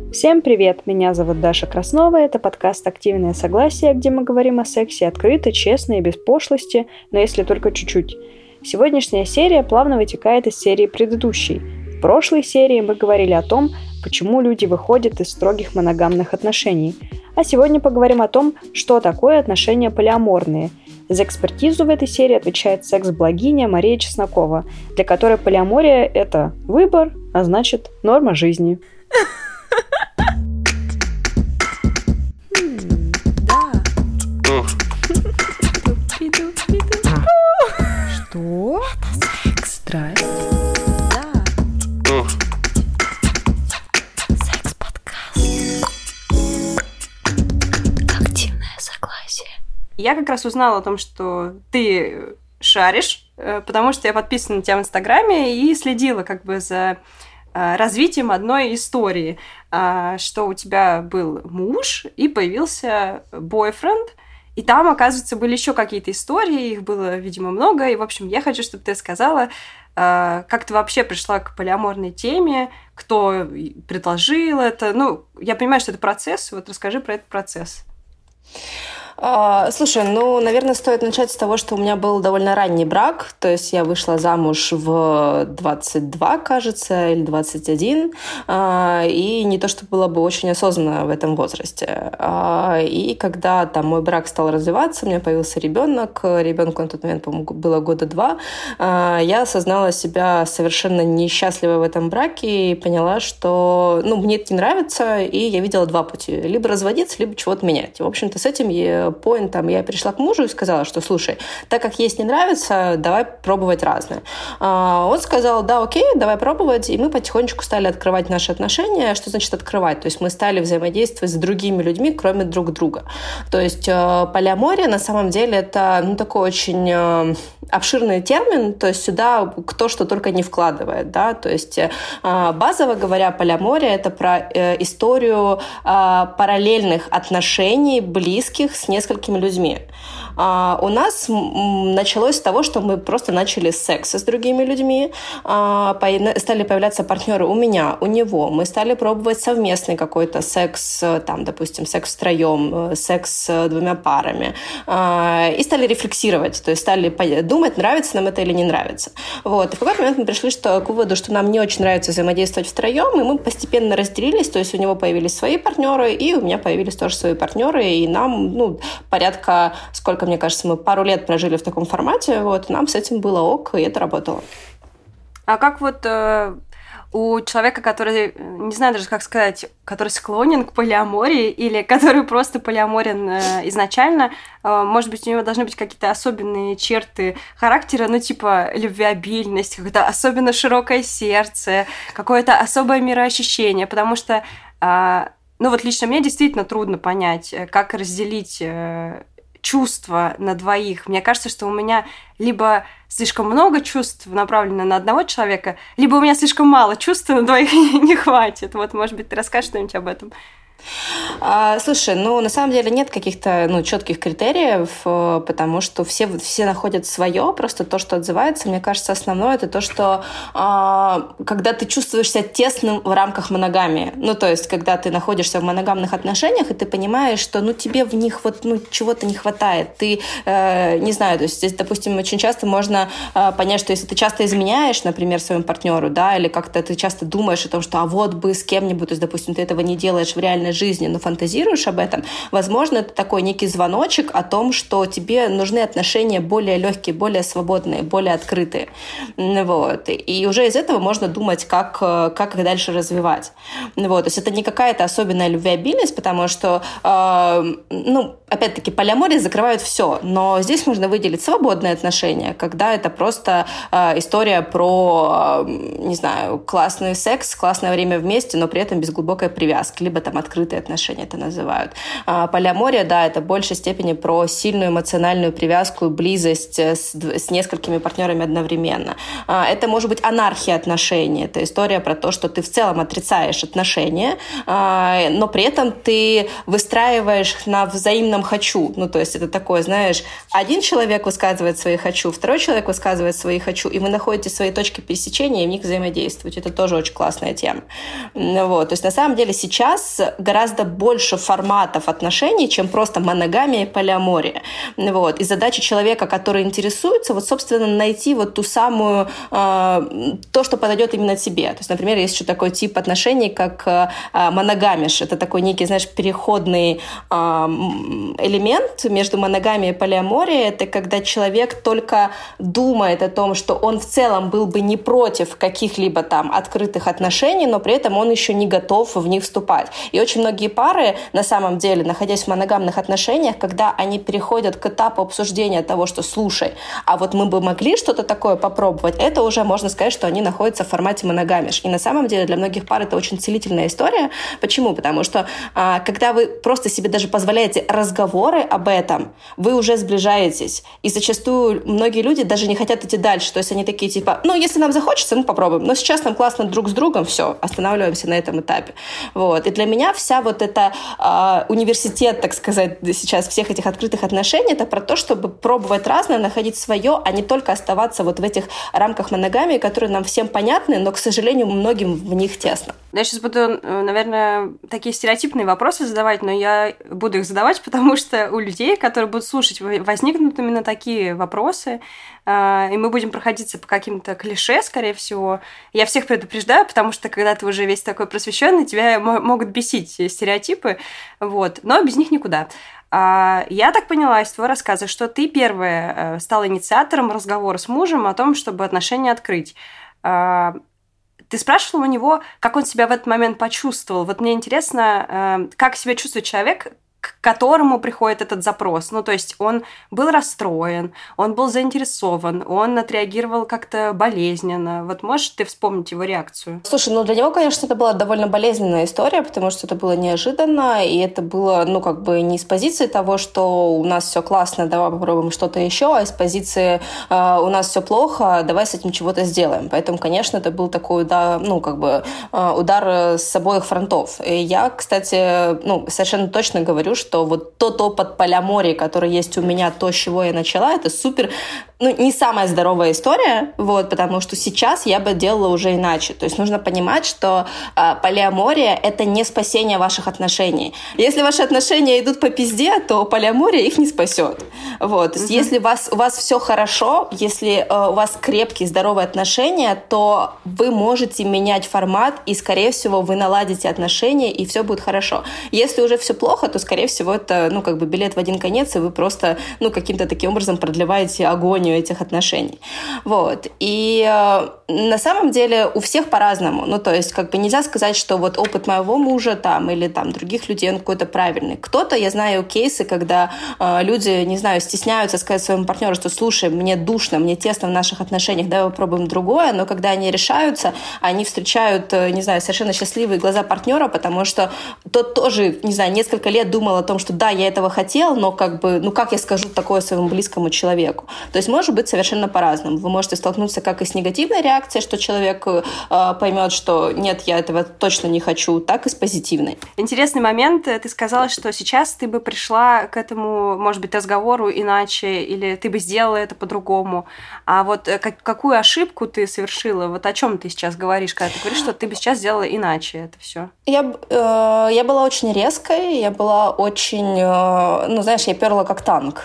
Всем привет! Меня зовут Даша Краснова, это подкаст «Активное согласие», где мы говорим о сексе открыто, честно и без пошлости, но если только чуть-чуть. Сегодняшняя серия плавно вытекает из серии предыдущей. В прошлой серии мы говорили о том, почему люди выходят из строгих моногамных отношений. А сегодня поговорим о том, что такое отношения полиаморные. За экспертизу в этой серии отвечает секс-блогиня Мария Чеснокова, для которой полиамория – это выбор, а значит, норма жизни. Что? Это секс. Драйв? Да. Секс-подкаст. Активное согласие. Я как раз узнала о том, что ты шаришь, потому что я подписана на тебя в Инстаграме и следила как бы за развитием одной истории, что у тебя был муж и появился бойфренд, и там, оказывается, были еще какие-то истории, их было, видимо, много, и, в общем, я хочу, чтобы ты сказала, как ты вообще пришла к полиаморной теме, кто предложил это. Ну, я понимаю, что это процесс, вот расскажи про этот процесс. Слушай, наверное, стоит начать с того, что у меня был довольно ранний брак, то есть я вышла замуж в 22, кажется, или 21, и не то, что было бы очень осознанно в этом возрасте. И когда там мой брак стал развиваться, у меня появился ребенок, ребенку на тот момент, по-моему, было 2 года, я осознала себя совершенно несчастливой в этом браке и поняла, что мне это не нравится, и я видела 2 пути: либо разводиться, либо чего-то менять. В общем-то, с этим я пришла к мужу и сказала, что, слушай, так как есть не нравится, давай пробовать разное. Он сказал, да, окей, давай пробовать, и мы потихонечку стали открывать наши отношения. Что значит открывать? То есть мы стали взаимодействовать с другими людьми, кроме друг друга. То есть полиамория, на самом деле, это такой очень обширный термин, то есть сюда кто что только не вкладывает, да, то есть базово говоря, полиамория — это про историю параллельных отношений, близких с несколькими людьми. У нас началось с того, что мы просто начали секс с другими людьми, стали появляться партнеры у меня, у него, мы стали пробовать совместный какой-то секс, там, допустим, секс втроем, секс с 2 парами, и стали рефлексировать, то есть стали думать, нравится нам это или не нравится. Вот. И в какой-то момент мы пришли к выводу, что нам не очень нравится взаимодействовать втроем, и мы постепенно разделились, то есть у него появились свои партнеры, и у меня появились тоже свои партнеры, и нам, порядка, сколько, мне кажется, мы пару лет прожили в таком формате, вот, нам с этим было ок, и это работало. А как вот у человека, который, не знаю даже как сказать, который склонен к полиамории или который просто полиаморен изначально, может быть, у него должны быть какие-то особенные черты характера, типа любвеобильность, какое-то особенно широкое сердце, какое-то особое мироощущение, потому что, лично мне действительно трудно понять, как разделить чувства на двоих. Мне кажется, что у меня либо слишком много чувств направлено на одного человека, либо у меня слишком мало чувств, на двоих не хватит. Вот, может быть, ты расскажешь что-нибудь об этом? Слушай, на самом деле нет каких-то четких критериев, потому что все находят свое, просто то, что отзывается. Мне кажется, основное это то, что когда ты чувствуешь себя тесным в рамках моногамии, то есть когда ты находишься в моногамных отношениях, и ты понимаешь, что тебе в них чего-то не хватает. Ты, не знаю, то есть здесь, допустим, очень часто можно понять, что если ты часто изменяешь, например, своему партнеру, да, или как-то ты часто думаешь о том, что вот бы с кем-нибудь, то есть, допустим, ты этого не делаешь в реальной жизни, но фантазируешь об этом, возможно, это такой некий звоночек о том, что тебе нужны отношения более легкие, более свободные, более открытые. Вот. И уже из этого можно думать, как их дальше развивать. Вот. То есть это не какая-то особенная любвеобильность, потому что, опять-таки, полиамория закрывает все, но здесь можно выделить свободные отношения, когда это просто история про, не знаю, классный секс, классное время вместе, но при этом без глубокой привязки, либо там открытые отношения это называют. Полиамория, да, это в большей степени про сильную эмоциональную привязку и близость с несколькими партнерами одновременно. Это может быть анархия отношений. Это история про то, что ты в целом отрицаешь отношения, но при этом ты выстраиваешь на взаимном «хочу». То есть это такое, знаешь, один человек высказывает свои «хочу», второй человек высказывает свои «хочу», и вы находите свои точки пересечения и в них взаимодействуете. Это тоже очень классная тема. Вот. То есть на самом деле сейчас гораздо больше форматов отношений, чем просто моногамия и полиамория. Вот. И задача человека, который интересуется, вот, собственно, найти вот ту самую, то, что подойдет именно тебе. То есть, например, есть еще такой тип отношений, как моногамиш. Это такой некий, знаешь, переходный элемент между моногамией и полиаморией. Это когда человек только думает о том, что он в целом был бы не против каких-либо там открытых отношений, но при этом он еще не готов в них вступать. И очень многие пары, на самом деле, находясь в моногамных отношениях, когда они переходят к этапу обсуждения того, что слушай, а вот мы бы могли что-то такое попробовать, это уже можно сказать, что они находятся в формате моногамиш. И на самом деле для многих пар это очень целительная история. Почему? Потому что когда вы просто себе даже позволяете разговоры об этом, вы уже сближаетесь. И зачастую многие люди даже не хотят идти дальше. То есть они такие типа, ну, если нам захочется, мы попробуем. Но сейчас нам классно друг с другом, все, останавливаемся на этом этапе. Вот. И для меня вся вот эта университет, так сказать, сейчас всех этих открытых отношений, это про то, чтобы пробовать разное, находить свое, а не только оставаться вот в этих рамках моногамии, которые нам всем понятны, но, к сожалению, многим в них тесно. Я сейчас буду, наверное, такие стереотипные вопросы задавать, но я буду их задавать, потому что у людей, которые будут слушать, возникнут именно такие вопросы, и мы будем проходиться по каким-то клише, скорее всего. Я всех предупреждаю, потому что когда ты уже весь такой просвещенный, тебя могут бесить стереотипы, вот, но без них никуда. Я так поняла из твоего рассказа, что ты первая стала инициатором разговора с мужем о том, чтобы отношения открыть. Ты спрашивала у него, как он себя в этот момент почувствовал. Вот мне интересно, как себя чувствует человек, к которому приходит этот запрос. Ну, то есть он был расстроен, он был заинтересован, он отреагировал как-то болезненно. Вот можешь ты вспомнить его реакцию? Слушай, ну для него, конечно, это была довольно болезненная история, потому что это было неожиданно, и это было, ну, как бы не из позиции того, что у нас все классно, давай попробуем что-то еще, а из позиции у нас все плохо, давай с этим чего-то сделаем. Поэтому, конечно, это был такой, да, ну, как бы удар с обоих фронтов. И я, кстати, ну, совершенно точно говорю, что вот тот опыт полиамории, который есть у меня, то, с чего я начала, это супер, ну, не самая здоровая история, вот, потому что сейчас я бы делала уже иначе. То есть нужно понимать, что полиамория — это не спасение ваших отношений. Если ваши отношения идут по пизде, то полиамория их не спасет. Вот. То есть если у вас все хорошо, если у вас крепкие, здоровые отношения, то вы можете менять формат, и, скорее всего, вы наладите отношения, и все будет хорошо. Если уже все плохо, то, скорее всего, это, ну, как бы билет в один конец, и вы просто, ну, каким-то таким образом продлеваете агонию этих отношений. Вот. И на самом деле у всех по-разному. Ну, то есть, как бы нельзя сказать, что вот опыт моего мужа там или там других людей, он какой-то правильный. Кто-то, я знаю кейсы, когда люди, не знаю, стесняются сказать своему партнеру, что, слушай, мне душно, мне тесно в наших отношениях, давай попробуем другое, но когда они решаются, они встречают, не знаю, совершенно счастливые глаза партнера, потому что тот тоже, не знаю, несколько лет думал о том, что да, я этого хотел, но как бы, ну как я скажу такое своему близкому человеку? То есть может быть совершенно по-разному. Вы можете столкнуться как и с негативной реакцией, что человек поймет, что нет, я этого точно не хочу, так и с позитивной. Интересный момент. Ты сказала, что сейчас ты бы пришла к этому, может быть, разговору иначе, или ты бы сделала это по-другому. А вот какую ошибку ты совершила? Вот о чем ты сейчас говоришь, когда ты говоришь, что ты бы сейчас сделала иначе это все? Я была очень резкой, я была очень, ну, знаешь, я перла как танк.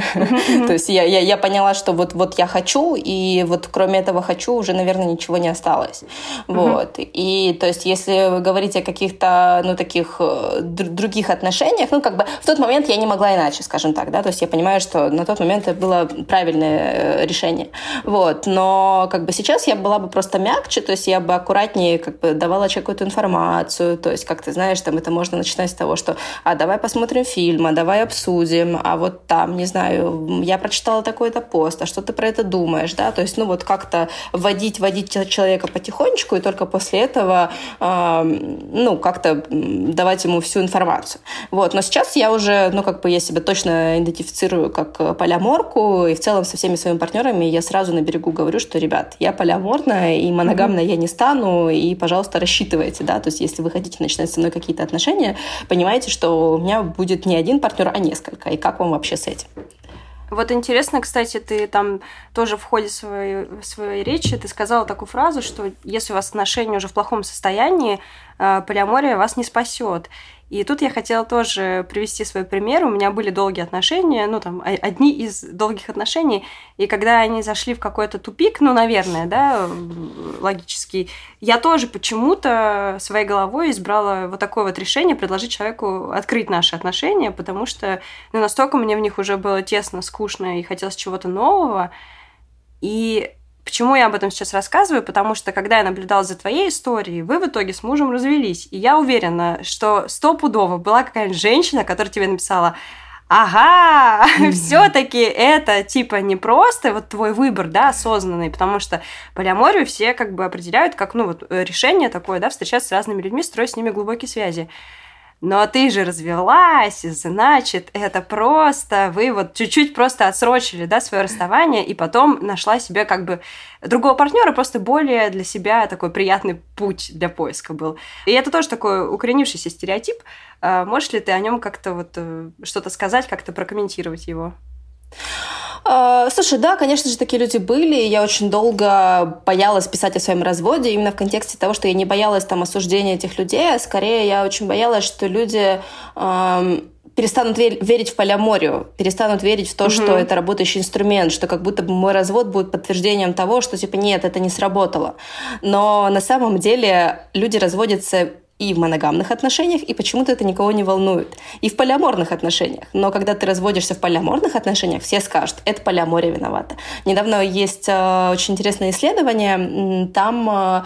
То есть я поняла, что вот я хочу, и вот кроме этого хочу уже, наверное, ничего не осталось. Вот. И, то есть, если вы говорите о каких-то, ну, таких других отношениях, ну, как бы в тот момент я не могла иначе, скажем так, да, то есть я понимаю, что на тот момент это было правильное решение. Вот. Но, как бы сейчас я была бы просто мягче, то есть я бы аккуратнее, как бы давала человеку какую-то информацию, то есть, как ты знаешь, там это можно начинать с того, что давай посмотрим фильм, давай обсудим, а вот там, не знаю, я прочитала такой-то пост, а что ты про это думаешь, да, то есть, ну, вот как-то вводить человека потихонечку, и только после этого, ну, как-то давать ему всю информацию. Вот, но сейчас я уже, ну, как бы я себя точно идентифицирую как полиаморку, и в целом со всеми своими партнерами я сразу на берегу говорю, что, ребят, я полиаморная, и моногамная я не стану, и, пожалуйста, рассчитывайте, да, то есть, если вы хотите начинать со мной какие-то отношения, понимаете, что у меня будет не один партнер, а несколько. И как вам вообще с этим? Вот интересно, кстати, ты там тоже в ходе своей речи ты сказала такую фразу, что если у вас отношения уже в плохом состоянии, полиамория вас не спасет. И тут я хотела тоже привести свой пример. У меня были долгие отношения, ну, там, одни из долгих отношений, и когда они зашли в какой-то тупик, ну, наверное, да, логический, я тоже почему-то своей головой избрала вот такое вот решение предложить человеку открыть наши отношения, потому что, ну, настолько мне в них уже было тесно, скучно и хотелось чего-то нового. И почему я об этом сейчас рассказываю? Потому что, когда я наблюдала за твоей историей, вы в итоге с мужем развелись. И я уверена, что стопудово была какая-нибудь женщина, которая тебе написала: ага, все-таки это типа не просто вот твой выбор, да, осознанный, потому что полиаморию все как бы определяют как, ну, вот решение такое, да, встречаться с разными людьми, строить с ними глубокие связи. Но ты же развелась, значит, это просто... Вы вот чуть-чуть просто отсрочили, да, свое расставание, и потом нашла себе как бы другого партнера, просто более для себя такой приятный путь для поиска был. И это тоже такой укоренившийся стереотип. Можешь ли ты о нем как-то вот что-то сказать, как-то прокомментировать его? Слушай, да, конечно же, такие люди были. Я очень долго боялась писать о своем разводе, именно в контексте того, что я не боялась там осуждения этих людей, а скорее я очень боялась, что люди перестанут верить в полиаморию, перестанут верить в то, что это работающий инструмент, что как будто бы мой развод будет подтверждением того, что типа нет, это не сработало. Но на самом деле люди разводятся и в моногамных отношениях, и почему-то это никого не волнует. И в полиаморных отношениях. Но когда ты разводишься в полиаморных отношениях, все скажут, это полиамория виновата. Недавно есть очень интересное исследование. Там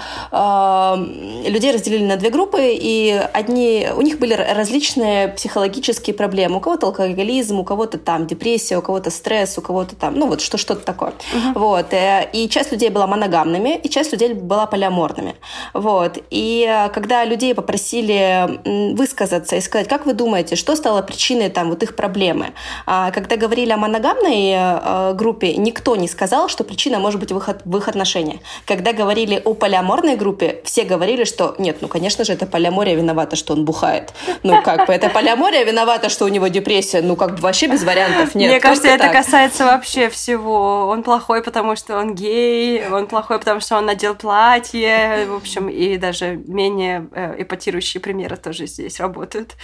людей разделили на две группы, и у них были различные психологические проблемы. У кого-то алкоголизм, у кого-то там депрессия, у кого-то стресс, у кого-то там, ну вот что-то такое. Вот. И часть людей была моногамными, и часть людей была полиаморными. Вот. И когда людей попросили высказаться и сказать, как вы думаете, что стало причиной там вот их проблемы. Когда говорили о моногамной группе, никто не сказал, что причина может быть в их отношениях. Когда говорили о полиаморной группе, все говорили, что нет, ну, конечно же, это полиамория виновата, что он бухает. Ну, как бы, это полиамория виновата, что у него депрессия. Ну, как бы, вообще без вариантов нет. Мне кажется, это касается вообще всего. Он плохой, потому что он гей, он плохой, потому что он надел платье, в общем, и даже менее эпатирующие примеры тоже здесь работают.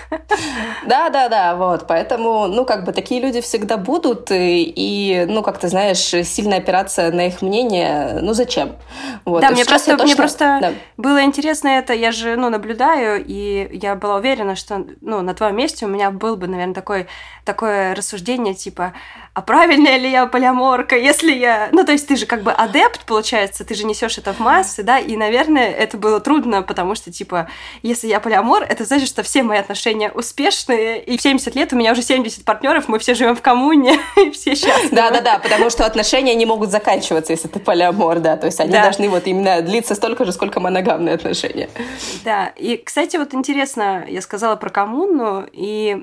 Да, вот, поэтому, ну, как бы, такие люди всегда будут, и ну, как ты знаешь, сильная опираться на их мнение, ну, зачем? Вот. Да, мне просто было интересно это, я же, ну, наблюдаю, и я была уверена, что, ну, на твоем месте у меня был бы, наверное, такое рассуждение, типа, а правильная ли я полиаморка, если я... Ну, то есть ты же как бы адепт, получается, ты же несешь это в массы, да, и, наверное, это было трудно, потому что, типа, если я полиамор, это значит, что все мои отношения успешные, и в 70 лет у меня уже 70 партнеров, мы все живем в коммуне, и все счастливы. Да, потому что отношения не могут заканчиваться, если ты полиамор, да, то есть они должны вот именно длиться столько же, сколько моногамные отношения. Да, и, кстати, вот интересно, я сказала про коммуну, и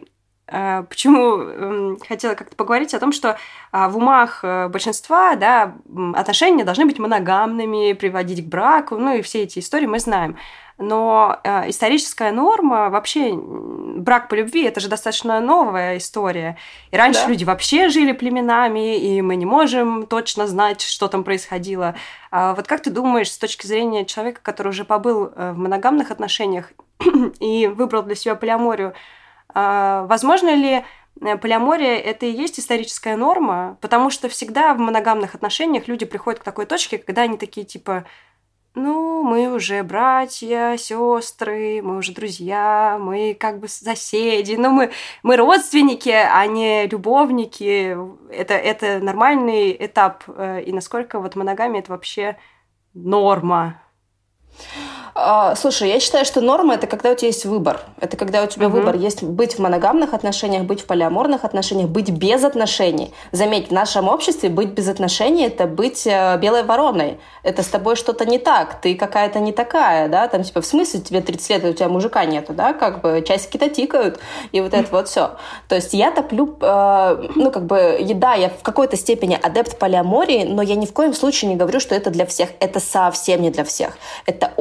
почему хотела как-то поговорить о том, что в умах большинства, да, отношения должны быть моногамными, приводить к браку, ну и все эти истории мы знаем. Но историческая норма, вообще брак по любви, это же достаточно новая история. И раньше люди вообще жили племенами, и мы не можем точно знать, что там происходило. Вот как ты думаешь, с точки зрения человека, который уже побыл в моногамных отношениях и выбрал для себя полиаморию, возможно ли полиамория – это и есть историческая норма? Потому что всегда в моногамных отношениях люди приходят к такой точке, когда они такие типа: ну, мы уже братья, сестры, мы уже друзья, мы как бы соседи, ну, мы родственники, а не любовники. Это нормальный этап. И насколько вот моногамия – это вообще норма? Слушай, я считаю, что норма – это когда у тебя есть выбор. Это когда у тебя выбор есть быть в моногамных отношениях, быть в полиаморных отношениях, быть без отношений. Заметь, в нашем обществе быть без отношений – это быть белой вороной. Это с тобой что-то не так, ты какая-то не такая, да, там типа в смысле тебе 30 лет, и у тебя мужика нету, да, как бы часики-то тикают, и вот это вот все. То есть я топлю, ну как бы, да, я в какой-то степени адепт полиамории, но я ни в коем случае не говорю, что это для всех. Это совсем не для всех. Это очень сложно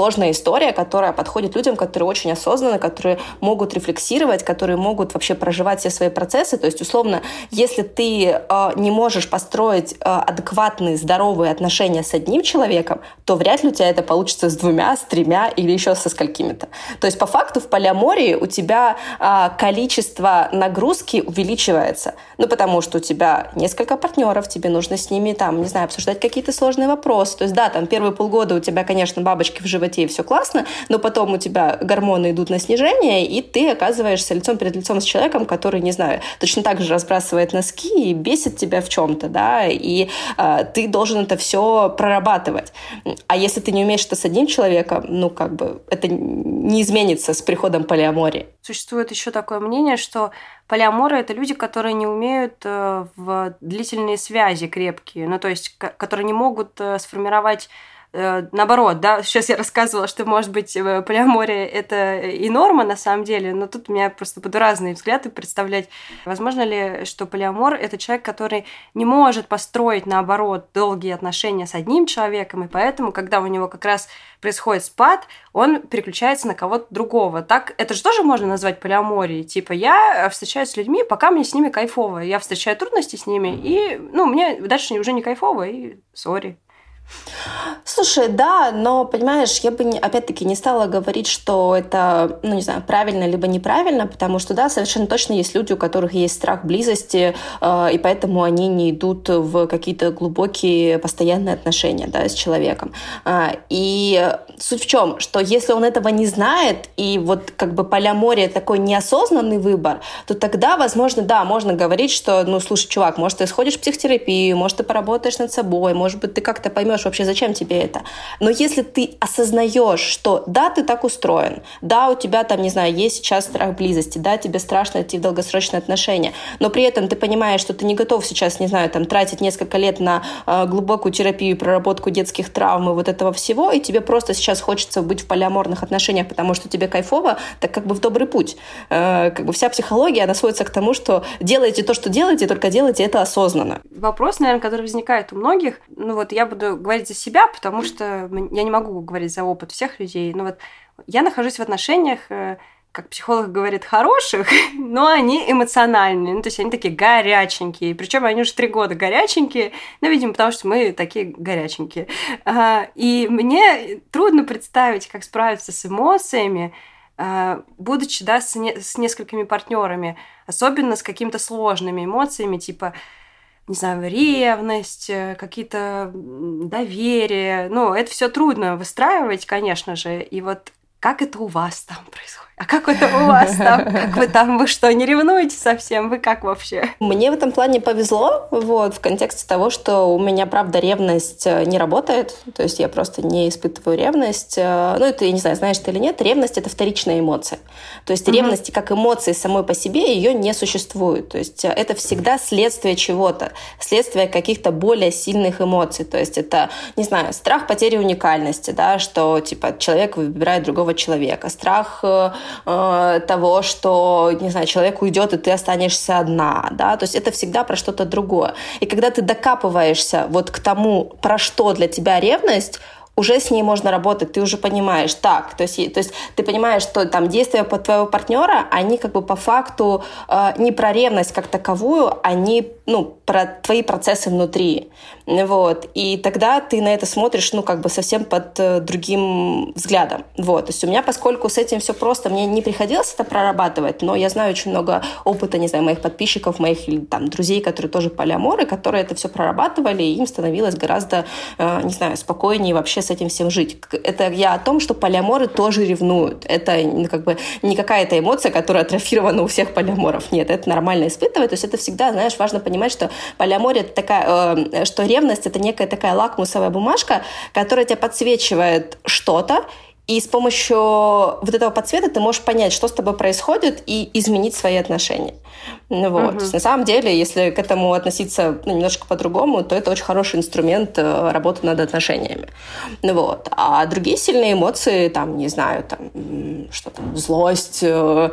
сложная история, которая подходит людям, которые очень осознанны, которые могут рефлексировать, которые могут вообще проживать все свои процессы. То есть, условно, если ты не можешь построить адекватные, здоровые отношения с одним человеком, то вряд ли у тебя это получится с двумя, с тремя или еще со сколькими-то. То есть, по факту, в полиамории у тебя количество нагрузки увеличивается. Ну, потому что у тебя несколько партнеров, тебе нужно с ними, там, не знаю, обсуждать какие-то сложные вопросы. То есть, да, там, первые полгода у тебя, конечно, бабочки в животе, и все классно, но потом у тебя гормоны идут на снижение, и ты оказываешься лицом перед лицом с человеком, который, не знаю, точно так же разбрасывает носки и бесит тебя в чем-то, да, и ты должен это все прорабатывать. А если ты не умеешь это с одним человеком, ну, как бы, это не изменится с приходом полиамории. Существует еще такое мнение, что полиаморы — это люди, которые не умеют в длительные связи крепкие, ну, то есть, которые не могут сформировать наоборот, да, сейчас я рассказывала, что, может быть, полиамория — это и норма на самом деле, но тут у меня просто буду разные взгляды представлять. Возможно ли, что полиамор — это человек, который не может построить, наоборот, долгие отношения с одним человеком, и поэтому, когда у него как раз происходит спад, он переключается на кого-то другого. Так, это же тоже можно назвать полиаморией. Типа, я встречаюсь с людьми, пока мне с ними кайфово. Я встречаю трудности с ними, и, ну, мне дальше уже не кайфово, и сори. Слушай, да, но, понимаешь, я бы, опять-таки, не стала говорить, что это, ну, не знаю, правильно либо неправильно, потому что, да, совершенно точно есть люди, у которых есть страх близости, и поэтому они не идут в какие-то глубокие постоянные отношения, да, с человеком. И суть в чем, что если он этого не знает, и вот как бы полиамория такой неосознанный выбор, то тогда, возможно, да, можно говорить, что, ну, слушай, чувак, может, ты сходишь в психотерапию, может, ты поработаешь над собой, может быть, ты как-то поймешь вообще, зачем тебе это. Но если ты осознаешь, что да, ты так устроен, да, у тебя там, не знаю, есть сейчас страх близости, да, тебе страшно идти в долгосрочные отношения, но при этом ты понимаешь, что ты не готов сейчас, не знаю, там, тратить несколько лет на глубокую терапию, проработку детских травм и вот этого всего, и тебе просто сейчас хочется быть в полиаморных отношениях, потому что тебе кайфово, так как бы в добрый путь. Как бы вся психология, она сводится к тому, что делайте то, что делаете, только делайте это осознанно. Вопрос, наверное, который возникает у многих, ну вот я буду говорить за себя, потому что я не могу говорить за опыт всех людей, но вот я нахожусь в отношениях, как психолог говорит, хороших, но они эмоциональные, ну то есть они такие горяченькие, причем они уже 3 года горяченькие, ну, видимо, потому что мы такие горяченькие. И мне трудно представить, как справиться с эмоциями, будучи, да, с несколькими партнерами, особенно с какими-то сложными эмоциями, типа, не знаю, ревность, какие-то доверие. Ну, это все трудно выстраивать, конечно же. И вот как это у вас там происходит? А как это у вас там? Как вы там? Вы что, не ревнуете совсем? Вы как вообще? Мне в этом плане повезло, вот, в контексте того, что у меня, правда, ревность не работает, то есть я просто не испытываю ревность. Ну, это, я не знаю, знаешь ты или нет, ревность — это вторичная эмоция. То есть ревности как эмоции самой по себе ее не существует. То есть это всегда следствие чего-то, следствие каких-то более сильных эмоций. То есть это, не знаю, страх потери уникальности, да, что, типа, человек выбирает другого человека, страх того, что, не знаю, человек уйдет, и ты останешься одна, да, то есть это всегда про что-то другое. И когда ты докапываешься вот к тому, про что для тебя ревность, уже с ней можно работать, ты уже понимаешь, так, то есть ты понимаешь, что там действия твоего партнера, они как бы по факту не про ревность как таковую, они, ну, про твои процессы внутри, вот, и тогда ты на это смотришь, ну, как бы совсем под другим взглядом, вот, то есть у меня, поскольку с этим все просто, мне не приходилось это прорабатывать, но я знаю очень много опыта, не знаю, моих подписчиков, моих там друзей, которые тоже полиаморы, которые это все прорабатывали, и им становилось гораздо, не знаю, спокойнее вообще с этим всем жить. Это я о том, что полиаморы тоже ревнуют. Это, ну, как бы не какая-то эмоция, которая атрофирована у всех полиаморов. Нет, это нормально испытывать. То есть это всегда, знаешь, важно понимать, что полиамория — это такая, что ревность — это некая такая лакмусовая бумажка, которая тебе подсвечивает что-то, и с помощью вот этого подсвета ты можешь понять, что с тобой происходит, и изменить свои отношения. Вот. То есть, на самом деле, если к этому относиться, ну, немножко по-другому, то это очень хороший инструмент работы над отношениями. Вот. А другие сильные эмоции, там, не знаю, там, что там, злость,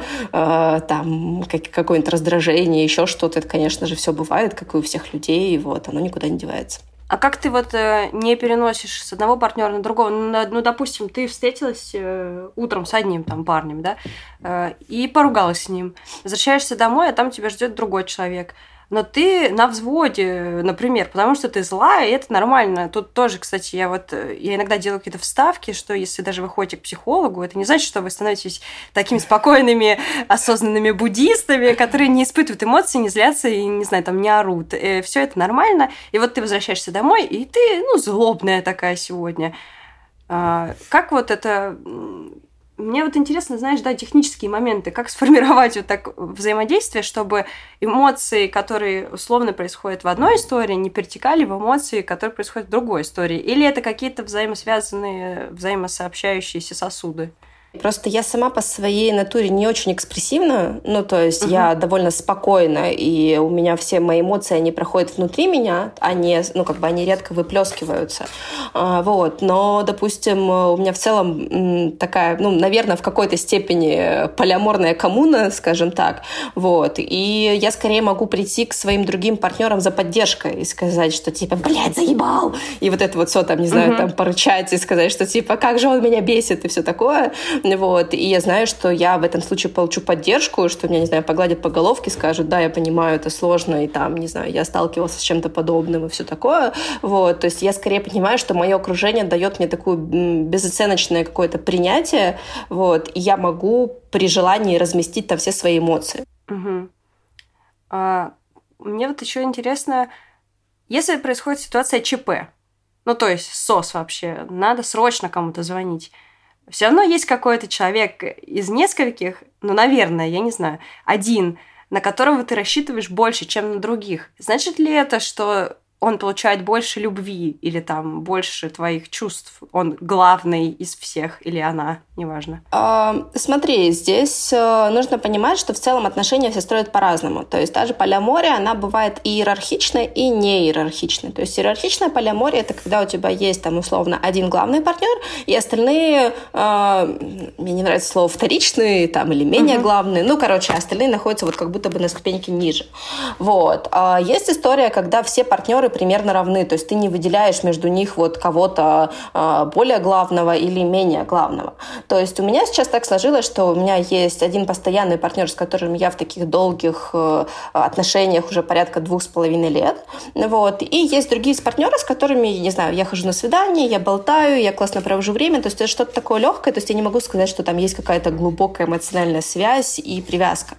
там, какое-нибудь раздражение, еще что-то, это, конечно же, все бывает, как и у всех людей, вот, оно никуда не девается. А как ты вот не переносишь с одного партнера на другого? Ну, допустим, ты встретилась утром с одним там парнем, да, и поругалась с ним. Возвращаешься домой, а там тебя ждет другой человек. Но ты на взводе, например, потому что ты злая, и это нормально. Тут тоже, кстати, я иногда делаю какие-то вставки, что если даже вы ходите к психологу, это не значит, что вы становитесь такими спокойными, осознанными буддистами, которые не испытывают эмоций, не злятся и, не знаю, там, не орут. Все это нормально. И вот ты возвращаешься домой, и ты, злобная такая сегодня. Как вот это... Мне вот интересно, знаешь, да, технические моменты, как сформировать вот так взаимодействие, чтобы эмоции, которые условно происходят в одной истории, не перетекали в эмоции, которые происходят в другой истории. Или это какие-то взаимосвязанные, взаимосообщающиеся сосуды? Просто я сама по своей натуре не очень экспрессивна, то есть я довольно спокойна, и у меня все мои эмоции, они проходят внутри меня, они редко выплескиваются. Но, допустим, у меня в целом такая, наверное, в какой-то степени полиаморная коммуна, скажем так, и я скорее могу прийти к своим другим партнерам за поддержкой и сказать, что типа, блядь, заебал! И вот это вот все там, не знаю, там порычать и сказать, что типа, как же он меня бесит и все такое. И я знаю, что я в этом случае получу поддержку, что меня, не знаю, погладят по головке, скажут, да, я понимаю, это сложно, и там, не знаю, я сталкивался с чем-то подобным и все такое. То есть я скорее понимаю, что мое окружение дает мне такое безоценочное какое-то принятие, и я могу при желании разместить там все свои эмоции. Мне вот еще интересно, если происходит ситуация ЧП, то есть СОС вообще, надо срочно кому-то звонить, все равно есть какой-то человек из нескольких, наверное, я не знаю, один, на которого ты рассчитываешь больше, чем на других. Значит ли это, что он получает больше любви или там больше твоих чувств? Он главный из всех или она? Неважно. Смотри, здесь нужно понимать, что в целом отношения все строят по-разному. То есть та же полиамория, она бывает и иерархичная, и не иерархичная. То есть иерархичная полиамория — это когда у тебя есть там условно один главный партнер, и остальные, мне не нравится слово вторичные там, или менее главные, остальные находятся как будто бы на ступеньке ниже. Есть история, когда все партнеры примерно равны, то есть ты не выделяешь между них кого-то более главного или менее главного. То есть у меня сейчас так сложилось, что у меня есть один постоянный партнер, с которым я в таких долгих отношениях уже порядка 2,5 лет. И есть другие партнеры, с которыми, не знаю, я хожу на свидание, я болтаю, я классно провожу время. То есть это что-то такое легкое, то есть я не могу сказать, что там есть какая-то глубокая эмоциональная связь и привязка.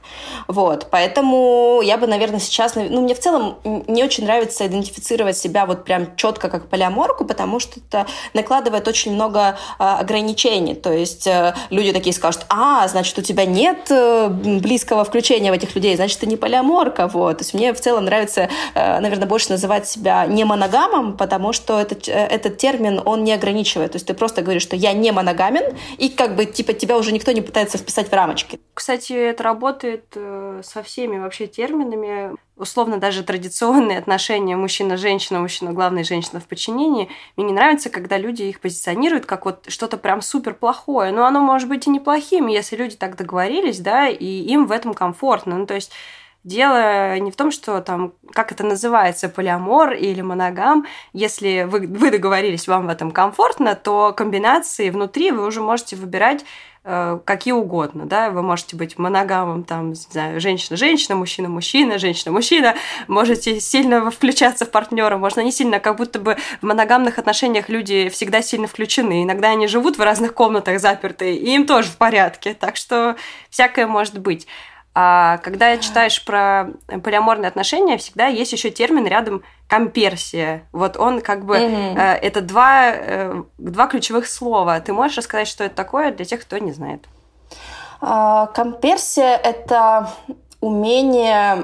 Поэтому я бы, наверное, сейчас... мне в целом не очень нравится идентифицировать себя прям четко как полиаморку, потому что это накладывает очень много ограничений. То есть люди такие скажут, значит, у тебя нет близкого включения в этих людей, значит, ты не полиаморка. То есть мне в целом нравится, наверное, больше называть себя не моногамом, потому что этот термин, он не ограничивает. То есть ты просто говоришь, что я не моногамен, и тебя уже никто не пытается вписать в рамочки. Кстати, это работает со всеми вообще терминами. Условно, даже традиционные отношения мужчина-женщина, мужчина-главный, женщина в подчинении. Мне не нравится, когда люди их позиционируют как что-то прям супер плохое. Но оно может быть и неплохим, если люди так договорились, да, и им в этом комфортно. То есть дело не в том, что там, как это называется, полиамор или моногам. Если вы договорились, вам в этом комфортно, то комбинации внутри вы уже можете выбирать какие угодно, да, вы можете быть моногамом, там, не знаю, женщина-женщина, мужчина-мужчина, женщина-мужчина, можете сильно включаться в партнера, можно не сильно, как будто бы в моногамных отношениях люди всегда сильно включены, иногда они живут в разных комнатах запертые, и им тоже в порядке, так что всякое может быть. А когда читаешь про полиаморные отношения, всегда есть еще термин рядом комперсия. Он это два ключевых слова. Ты можешь рассказать, что это такое для тех, кто не знает? Комперсия — это умение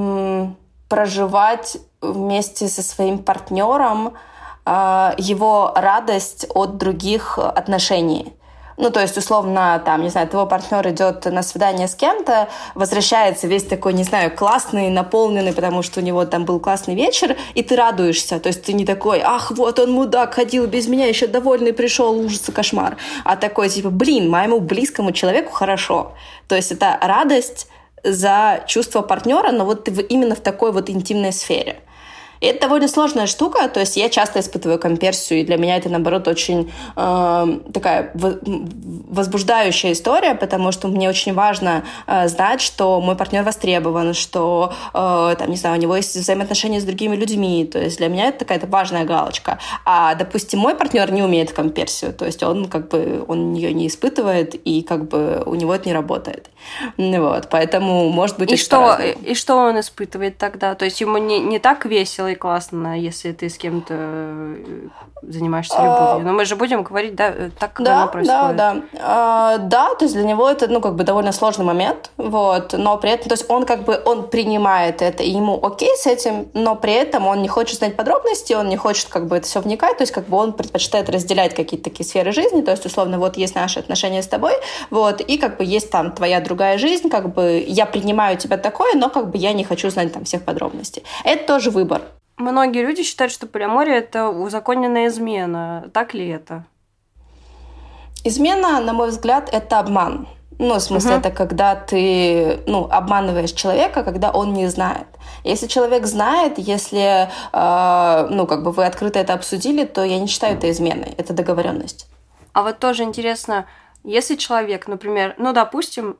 проживать вместе со своим партнером его радость от других отношений. То есть, условно, там, не знаю, твой партнер идет на свидание с кем-то, возвращается весь такой, не знаю, классный, наполненный, потому что у него там был классный вечер, и ты радуешься. То есть ты не такой, ах, вот он мудак, ходил без меня, еще довольный пришел, ужас и кошмар. А такой, типа, моему близкому человеку хорошо. То есть это радость за чувство партнера, но именно в такой интимной сфере. И это довольно сложная штука, то есть я часто испытываю комперсию, и для меня это, наоборот, очень такая возбуждающая история, потому что мне очень важно знать, что мой партнер востребован, что, там, не знаю, у него есть взаимоотношения с другими людьми, то есть для меня это какая-то важная галочка. А, допустим, мой партнер не умеет комперсию, то есть он ее не испытывает, и как бы у него это не работает. Вот, поэтому может быть очень по-разному. И что он испытывает тогда? То есть ему не так весело и классно, если ты с кем-то занимаешься любовью. Но мы же будем говорить, да, так, как оно происходит. Да, то есть для него это, довольно сложный момент, вот, но при этом, то есть он принимает это, и ему окей с этим, но при этом он не хочет знать подробности, он не хочет это все вникать, то есть он предпочитает разделять какие-то такие сферы жизни, то есть условно вот есть наши отношения с тобой, вот, и есть там твоя другая жизнь, я принимаю тебя такое, но я не хочу знать там всех подробностей. Это тоже выбор. Многие люди считают, что полиамория – это узаконенная измена. Так ли это? Измена, на мой взгляд, это обман. В смысле, это когда ты обманываешь человека, когда он не знает. Если человек знает, если вы открыто это обсудили, то я не считаю это изменой, это договоренность. А вот тоже интересно, если человек, например, допустим,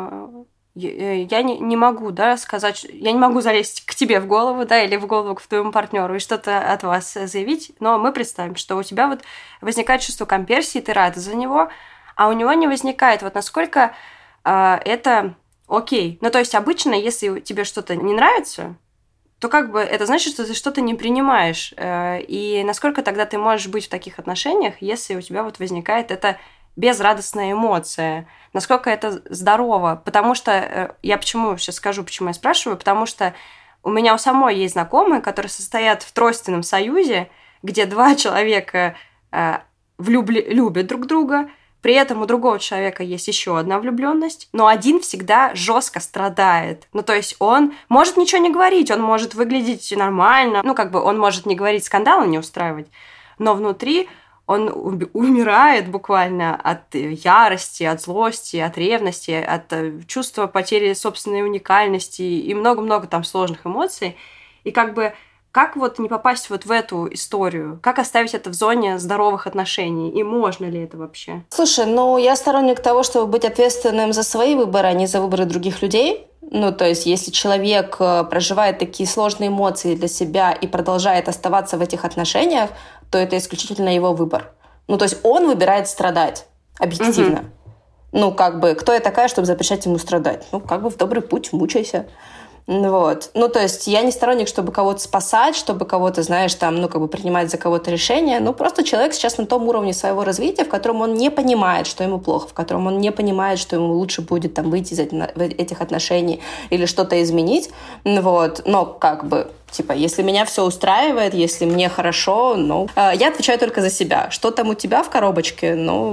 я не могу, сказать, я не могу залезть к тебе в голову, или в голову к твоему партнеру и что-то от вас заявить, но мы представим, что у тебя вот возникает чувство комперсии, ты рада за него, а у него не возникает. Вот насколько это окей. То есть обычно, если тебе что-то не нравится, то это значит, что ты что-то не принимаешь. И насколько тогда ты можешь быть в таких отношениях, если у тебя возникает эта безрадостная эмоция? Насколько это здорово? Потому что я сейчас скажу, почему я спрашиваю, потому что у меня у самой есть знакомые, которые состоят в тройственном союзе, где два человека любят друг друга, при этом у другого человека есть еще одна влюбленность, но один всегда жестко страдает. То есть он может ничего не говорить, он может выглядеть нормально, он может не говорить, скандалы не устраивать, но внутри он умирает буквально от ярости, от злости, от ревности, от чувства потери собственной уникальности и много-много там сложных эмоций. И как не попасть в эту историю? Как оставить это в зоне здоровых отношений? И можно ли это вообще? Слушай, я сторонник того, чтобы быть ответственным за свои выборы, а не за выборы других людей. То есть, если человек проживает такие сложные эмоции для себя и продолжает оставаться в этих отношениях, то это исключительно его выбор. То есть, он выбирает страдать объективно. Кто я такая, чтобы запрещать ему страдать? В добрый путь, мучайся. Вот. То есть я не сторонник, чтобы кого-то спасать, чтобы кого-то, принимать за кого-то решение. Просто человек сейчас на том уровне своего развития, в котором он не понимает, что ему плохо, в котором он не понимает, что ему лучше будет выйти из этих отношений или что-то изменить. Вот. Но если меня все устраивает, если мне хорошо, я отвечаю только за себя. Что там у тебя в коробочке,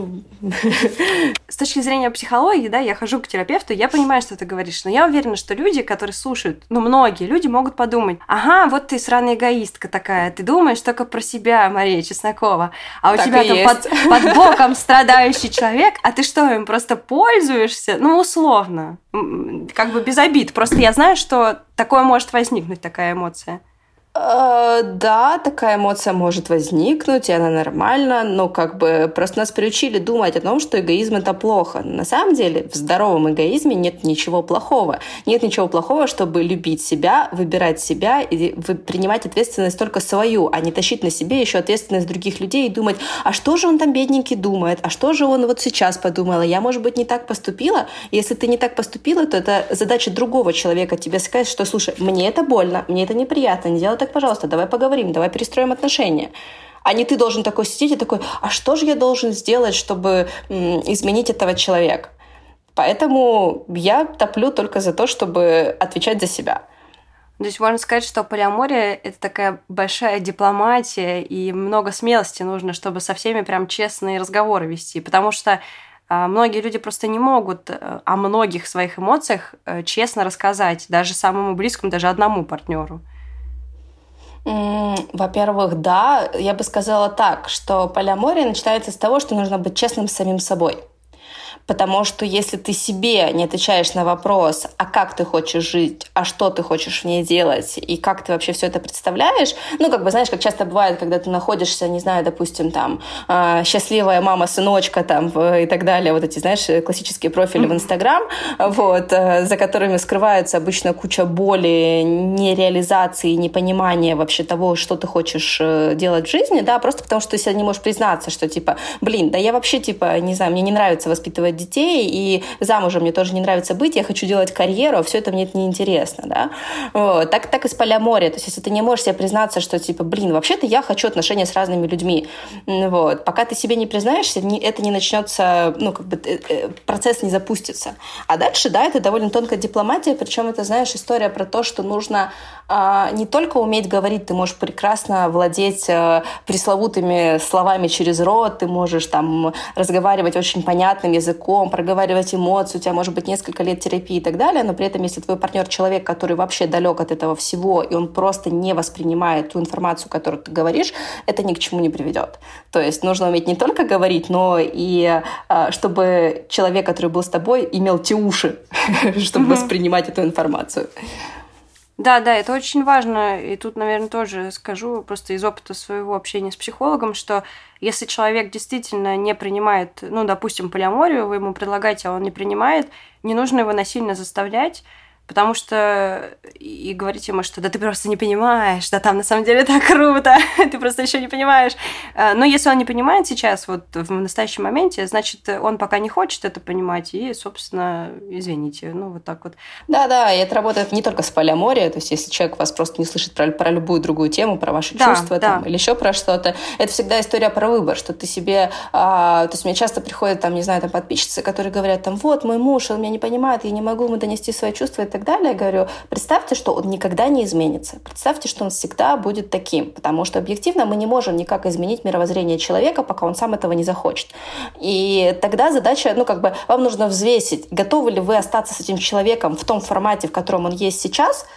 С точки зрения психологии, я хожу к терапевту, я понимаю, что ты говоришь, но я уверена, что люди, которые слушают, многие люди могут подумать: ага, вот ты сраная эгоистка такая, ты думаешь только про себя, Мария Чеснокова, а у тебя там под боком страдающий человек, а ты что, им просто пользуешься? Условно, без обид, просто я знаю, что такое может возникнуть, такая эмоция. Да, такая эмоция может возникнуть, и она нормальна, но просто нас приучили думать о том, что эгоизм – это плохо. На самом деле в здоровом эгоизме нет ничего плохого. Нет ничего плохого, чтобы любить себя, выбирать себя и принимать ответственность только свою, а не тащить на себе еще ответственность других людей и думать: а что же он там бедненький думает, а что же он сейчас подумал, я, может быть, не так поступила? Если ты не так поступила, то это задача другого человека тебе сказать, что: слушай, мне это больно, мне это неприятно, не делай так, пожалуйста, давай поговорим, давай перестроим отношения. А не ты должен такой сидеть и такой: а что же я должен сделать, чтобы изменить этого человека? Поэтому я топлю только за то, чтобы отвечать за себя. То есть можно сказать, что полиамория – это такая большая дипломатия, и много смелости нужно, чтобы со всеми прям честные разговоры вести, потому что многие люди просто не могут о многих своих эмоциях честно рассказать, даже самому близкому, даже одному партнеру. Во-первых, да, я бы сказала так, что полиамория начинается с того, что нужно быть честным с самим собой. Потому что если ты себе не отвечаешь на вопрос, а как ты хочешь жить, а что ты хочешь в ней делать, и как ты вообще все это представляешь, ну, как бы, знаешь, как часто бывает, когда ты находишься, не знаю, допустим, там, счастливая мама, сыночка, там, и так далее, вот эти, знаешь, классические профили в Инстаграм, вот, за которыми скрывается обычно куча боли, нереализации, непонимания вообще того, что ты хочешь делать в жизни, да, просто потому что ты себе не можешь признаться, что, типа, блин, да я вообще, типа, не знаю, мне не нравится воспитывать детей, и замужем мне тоже не нравится быть, я хочу делать карьеру, а все это мне это неинтересно, да. Вот. Так и с полиаморией. То есть, если ты не можешь себе признаться, что, типа, блин, вообще-то я хочу отношения с разными людьми, вот. Пока ты себе не признаешься, это не начнется, ну, как бы, процесс не запустится. А дальше, да, это довольно тонкая дипломатия, причем это, знаешь, история про то, что нужно не только уметь говорить, ты можешь прекрасно владеть пресловутыми словами через рот, ты можешь там разговаривать очень понятным языком, проговаривать эмоции, у тебя может быть несколько лет терапии и так далее, но при этом, если твой партнер человек, который вообще далек от этого всего, и он просто не воспринимает ту информацию, которую ты говоришь, это ни к чему не приведет. То есть нужно уметь не только говорить, но и чтобы человек, который был с тобой, имел те уши, чтобы воспринимать эту информацию. Да, это очень важно. И тут, наверное, тоже скажу просто из опыта своего общения с психологом, что если человек действительно не принимает, ну, допустим, полиаморию, вы ему предлагаете, а он не принимает, не нужно его насильно заставлять, потому что и говорить ему, что да ты просто не понимаешь, да там на самом деле так круто, ты просто еще не понимаешь. Но если он не понимает сейчас, вот в настоящем моменте, значит, он пока не хочет это понимать, и, собственно, извините, ну вот так вот. Да, и это работает не только с полиаморией, то есть если человек вас просто не слышит про любую другую тему, про ваши чувства там, или еще про что-то, это всегда история про выбор, что ты себе... то есть мне часто приходят, там, не знаю, там подписчицы, которые говорят, там, вот, мой муж, он меня не понимает, я не могу ему донести свои чувства, и так далее, я говорю, представьте, что он никогда не изменится. Представьте, что он всегда будет таким, потому что объективно мы не можем никак изменить мировоззрение человека, пока он сам этого не захочет. И тогда задача, ну, как бы, вам нужно взвесить, готовы ли вы остаться с этим человеком в том формате, в котором он есть сейчас,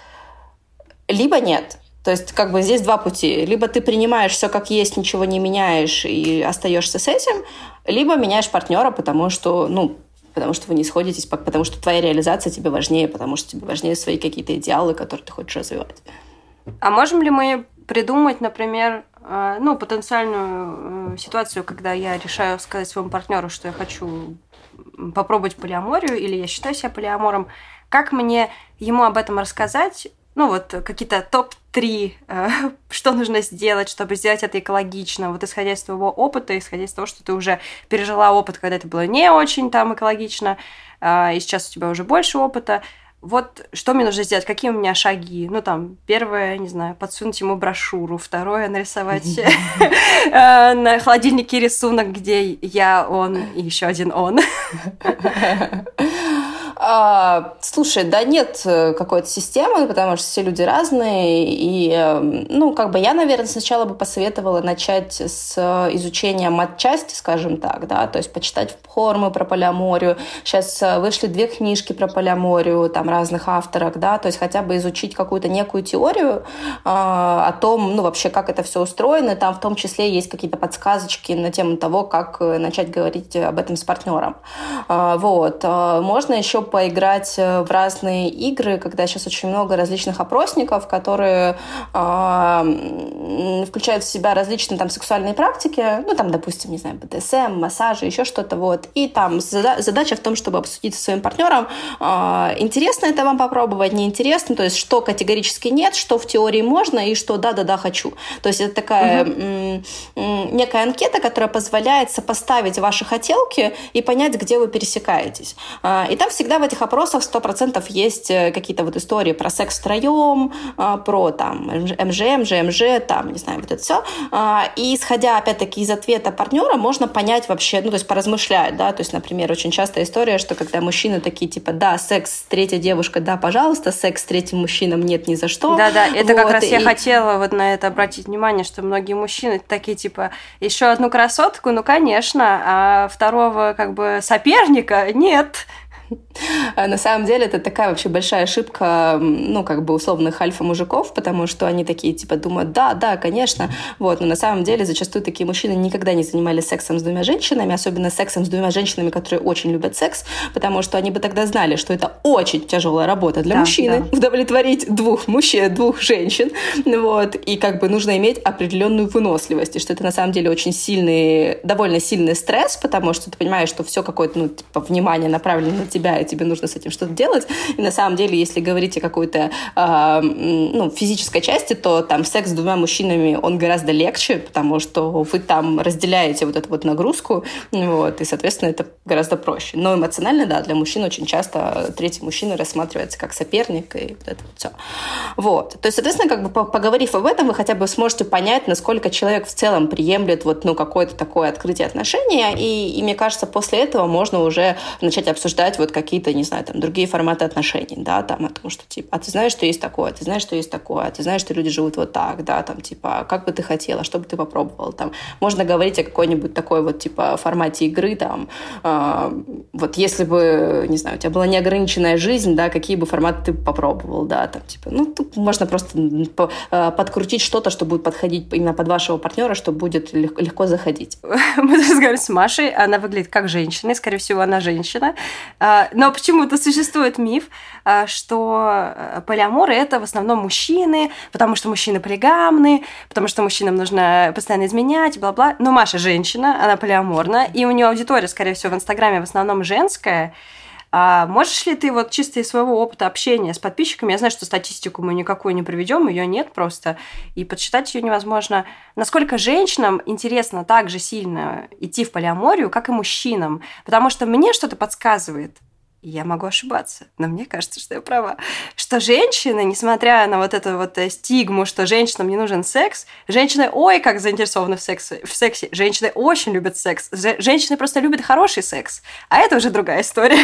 либо нет. То есть, как бы, здесь два пути. Либо ты принимаешь все как есть, ничего не меняешь и остаешься с этим, либо меняешь партнера, потому что вы не сходитесь, потому что твоя реализация тебе важнее, потому что тебе важнее свои какие-то идеалы, которые ты хочешь развивать. А можем ли мы придумать, например, потенциальную ситуацию, когда я решаю сказать своему партнеру, что я хочу попробовать полиаморию, или я считаю себя полиамором, как мне ему об этом рассказать? Ну, вот какие-то топ-3, что нужно сделать, чтобы сделать это экологично, вот исходя из твоего опыта, исходя из того, что ты уже пережила опыт, когда это было не очень там экологично, и сейчас у тебя уже больше опыта. Вот что мне нужно сделать, какие у меня шаги? Ну, там, первое, не знаю, подсунуть ему брошюру, второе, нарисовать на холодильнике рисунок, где я, он и еще один он. Слушай, да нет какой-то системы, потому что все люди разные, и, я, наверное, сначала бы посоветовала начать с изучения матчасти, скажем так, да, то есть почитать форумы про полиаморию. Сейчас вышли 2 книжки про полиаморию, там, разных авторов, да, то есть хотя бы изучить какую-то некую теорию о том, вообще, как это все устроено, там в том числе есть какие-то подсказочки на тему того, как начать говорить об этом с партнером. Вот. Можно еще поиграть в разные игры, когда сейчас очень много различных опросников, которые включают в себя различные там сексуальные практики, допустим, не знаю, БДСМ, массажи, еще что-то, вот. И там задача в том, чтобы обсудить со своим партнером, интересно это вам попробовать, неинтересно, то есть что категорически нет, что в теории можно и что да, хочу. То есть это такая некая анкета, которая позволяет сопоставить ваши хотелки и понять, где вы пересекаетесь. И там всегда в этих опросах 100% есть какие-то вот истории про секс втроем, про там МЖ, там, не знаю, вот это все. И исходя, опять-таки, из ответа партнера, можно понять вообще, то есть поразмышлять, да, то есть, например, очень частая история, что когда мужчины такие, типа, да, секс с третьей девушкой, да, пожалуйста, секс с третьим мужчином нет ни за что. Да, это вот, как раз я хотела вот на это обратить внимание, что многие мужчины такие, типа, еще одну красотку, ну, конечно, а второго, как бы, соперника нет. На самом деле это такая вообще большая ошибка, ну, как бы условных альфа-мужиков, потому что они такие, типа, думают, да, конечно, вот, но на самом деле зачастую такие мужчины никогда не занимались сексом с двумя женщинами, особенно сексом с двумя женщинами, которые очень любят секс, потому что они бы тогда знали, что это очень тяжелая работа для мужчины, удовлетворить двух мужчин, двух женщин, вот, и как бы нужно иметь определенную выносливость, и что это на самом деле очень сильный, довольно сильный стресс, потому что ты понимаешь, что все какое-то, ну, типа, внимание направлено на тебя, и тебе нужно с этим что-то делать. И на самом деле, если говорить о какой-то ну, физической части, то там секс с двумя мужчинами, он гораздо легче, потому что вы там разделяете вот эту вот нагрузку, вот, и, соответственно, это гораздо проще. Но эмоционально, да, для мужчин очень часто третий мужчина рассматривается как соперник, и вот это вот все. Вот. То есть, соответственно, как бы поговорив об этом, вы хотя бы сможете понять, насколько человек в целом приемлет вот, ну, какое-то такое открытие отношения, и мне кажется, после этого можно уже начать обсуждать вот какие-то, не знаю, там, другие форматы отношений, да, там, о том, что, типа, а ты знаешь, что есть такое, ты знаешь, что есть такое, а ты знаешь, что люди живут вот так, да, там, типа, как бы ты хотела, что бы ты попробовал, там, можно говорить о какой-нибудь такой вот, типа, формате игры, там, вот если бы, не знаю, у тебя была неограниченная жизнь, да, какие бы форматы ты попробовал, да, там, типа, ну, тут можно просто подкрутить что-то, что будет подходить именно под вашего партнера, что будет легко заходить. Мы разговариваем с Машей, она выглядит как женщина, и, скорее всего, она женщина, но почему-то существует миф, что полиаморы — это в основном мужчины, потому что мужчины полигамны, потому что мужчинам нужно постоянно изменять, бла-бла. Но Маша женщина, она полиаморна, и у нее аудитория, скорее всего, в Инстаграме в основном женская. А можешь ли ты вот чисто из своего опыта общения с подписчиками, я знаю, что статистику мы никакую не проведем, ее нет просто, и подсчитать ее невозможно, насколько женщинам интересно так же сильно идти в полиаморию, как и мужчинам? Потому что мне что-то подсказывает, и я могу ошибаться, но мне кажется, что я права, что женщины, несмотря на вот эту вот стигму, что женщинам не нужен секс, женщины, ой, как заинтересованы в сексе, женщины очень любят секс, женщины просто любят хороший секс, а это уже другая история.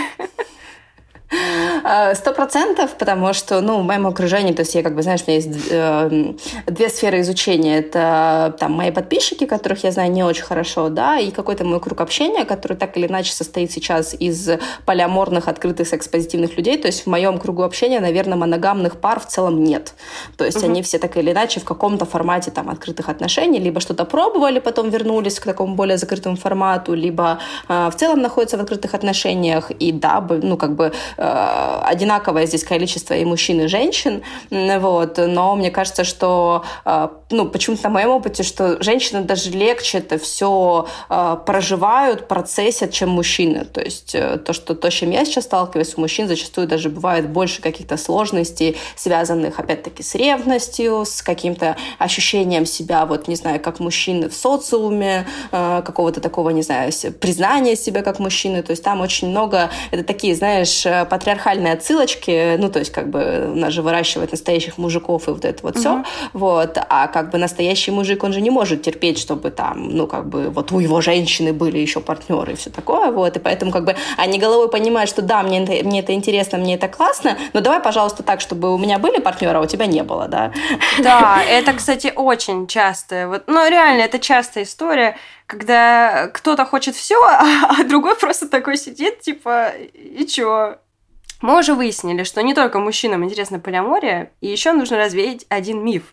100%, потому что, ну, в моем окружении, то есть я, как бы, знаешь, у меня есть две сферы изучения. Это там мои подписчики, которых я знаю не очень хорошо, да, и какой-то мой круг общения, который так или иначе состоит сейчас из полиаморных, открытых, секс-позитивных людей. То есть в моем кругу общения, наверное, моногамных пар в целом нет. То есть они все так или иначе в каком-то формате там открытых отношений, либо что-то пробовали, потом вернулись к такому более закрытому формату, либо в целом находятся в открытых отношениях. И да, ну, как бы одинаковое здесь количество и мужчин, и женщин, вот, но мне кажется, что, ну, почему-то на моем опыте, что женщины даже легче это все проживают, процессят, чем мужчины, то есть то, с чем я сейчас сталкиваюсь, у мужчин зачастую даже бывает больше каких-то сложностей, связанных, опять-таки, с ревностью, с каким-то ощущением себя, вот, не знаю, как мужчины в социуме, какого-то такого, не знаю, признания себя как мужчины, то есть там очень много, это такие, знаешь, патриархальные отсылочки, ну, то есть, как бы, у нас же выращивают настоящих мужиков и вот это вот все, вот, а как бы настоящий мужик, он же не может терпеть, чтобы там, ну, как бы, вот у его женщины были еще партнеры и все такое, вот, и поэтому, как бы, они головой понимают, что да, мне это интересно, мне это классно, но давай, пожалуйста, так, чтобы у меня были партнеры, а у тебя не было, да? Да, это, кстати, очень часто, вот, ну, реально, это частая история, когда кто-то хочет все, а другой просто такой сидит, типа, и чё? Мы уже выяснили, что не только мужчинам интересно полиамория, и еще нужно развеять один миф,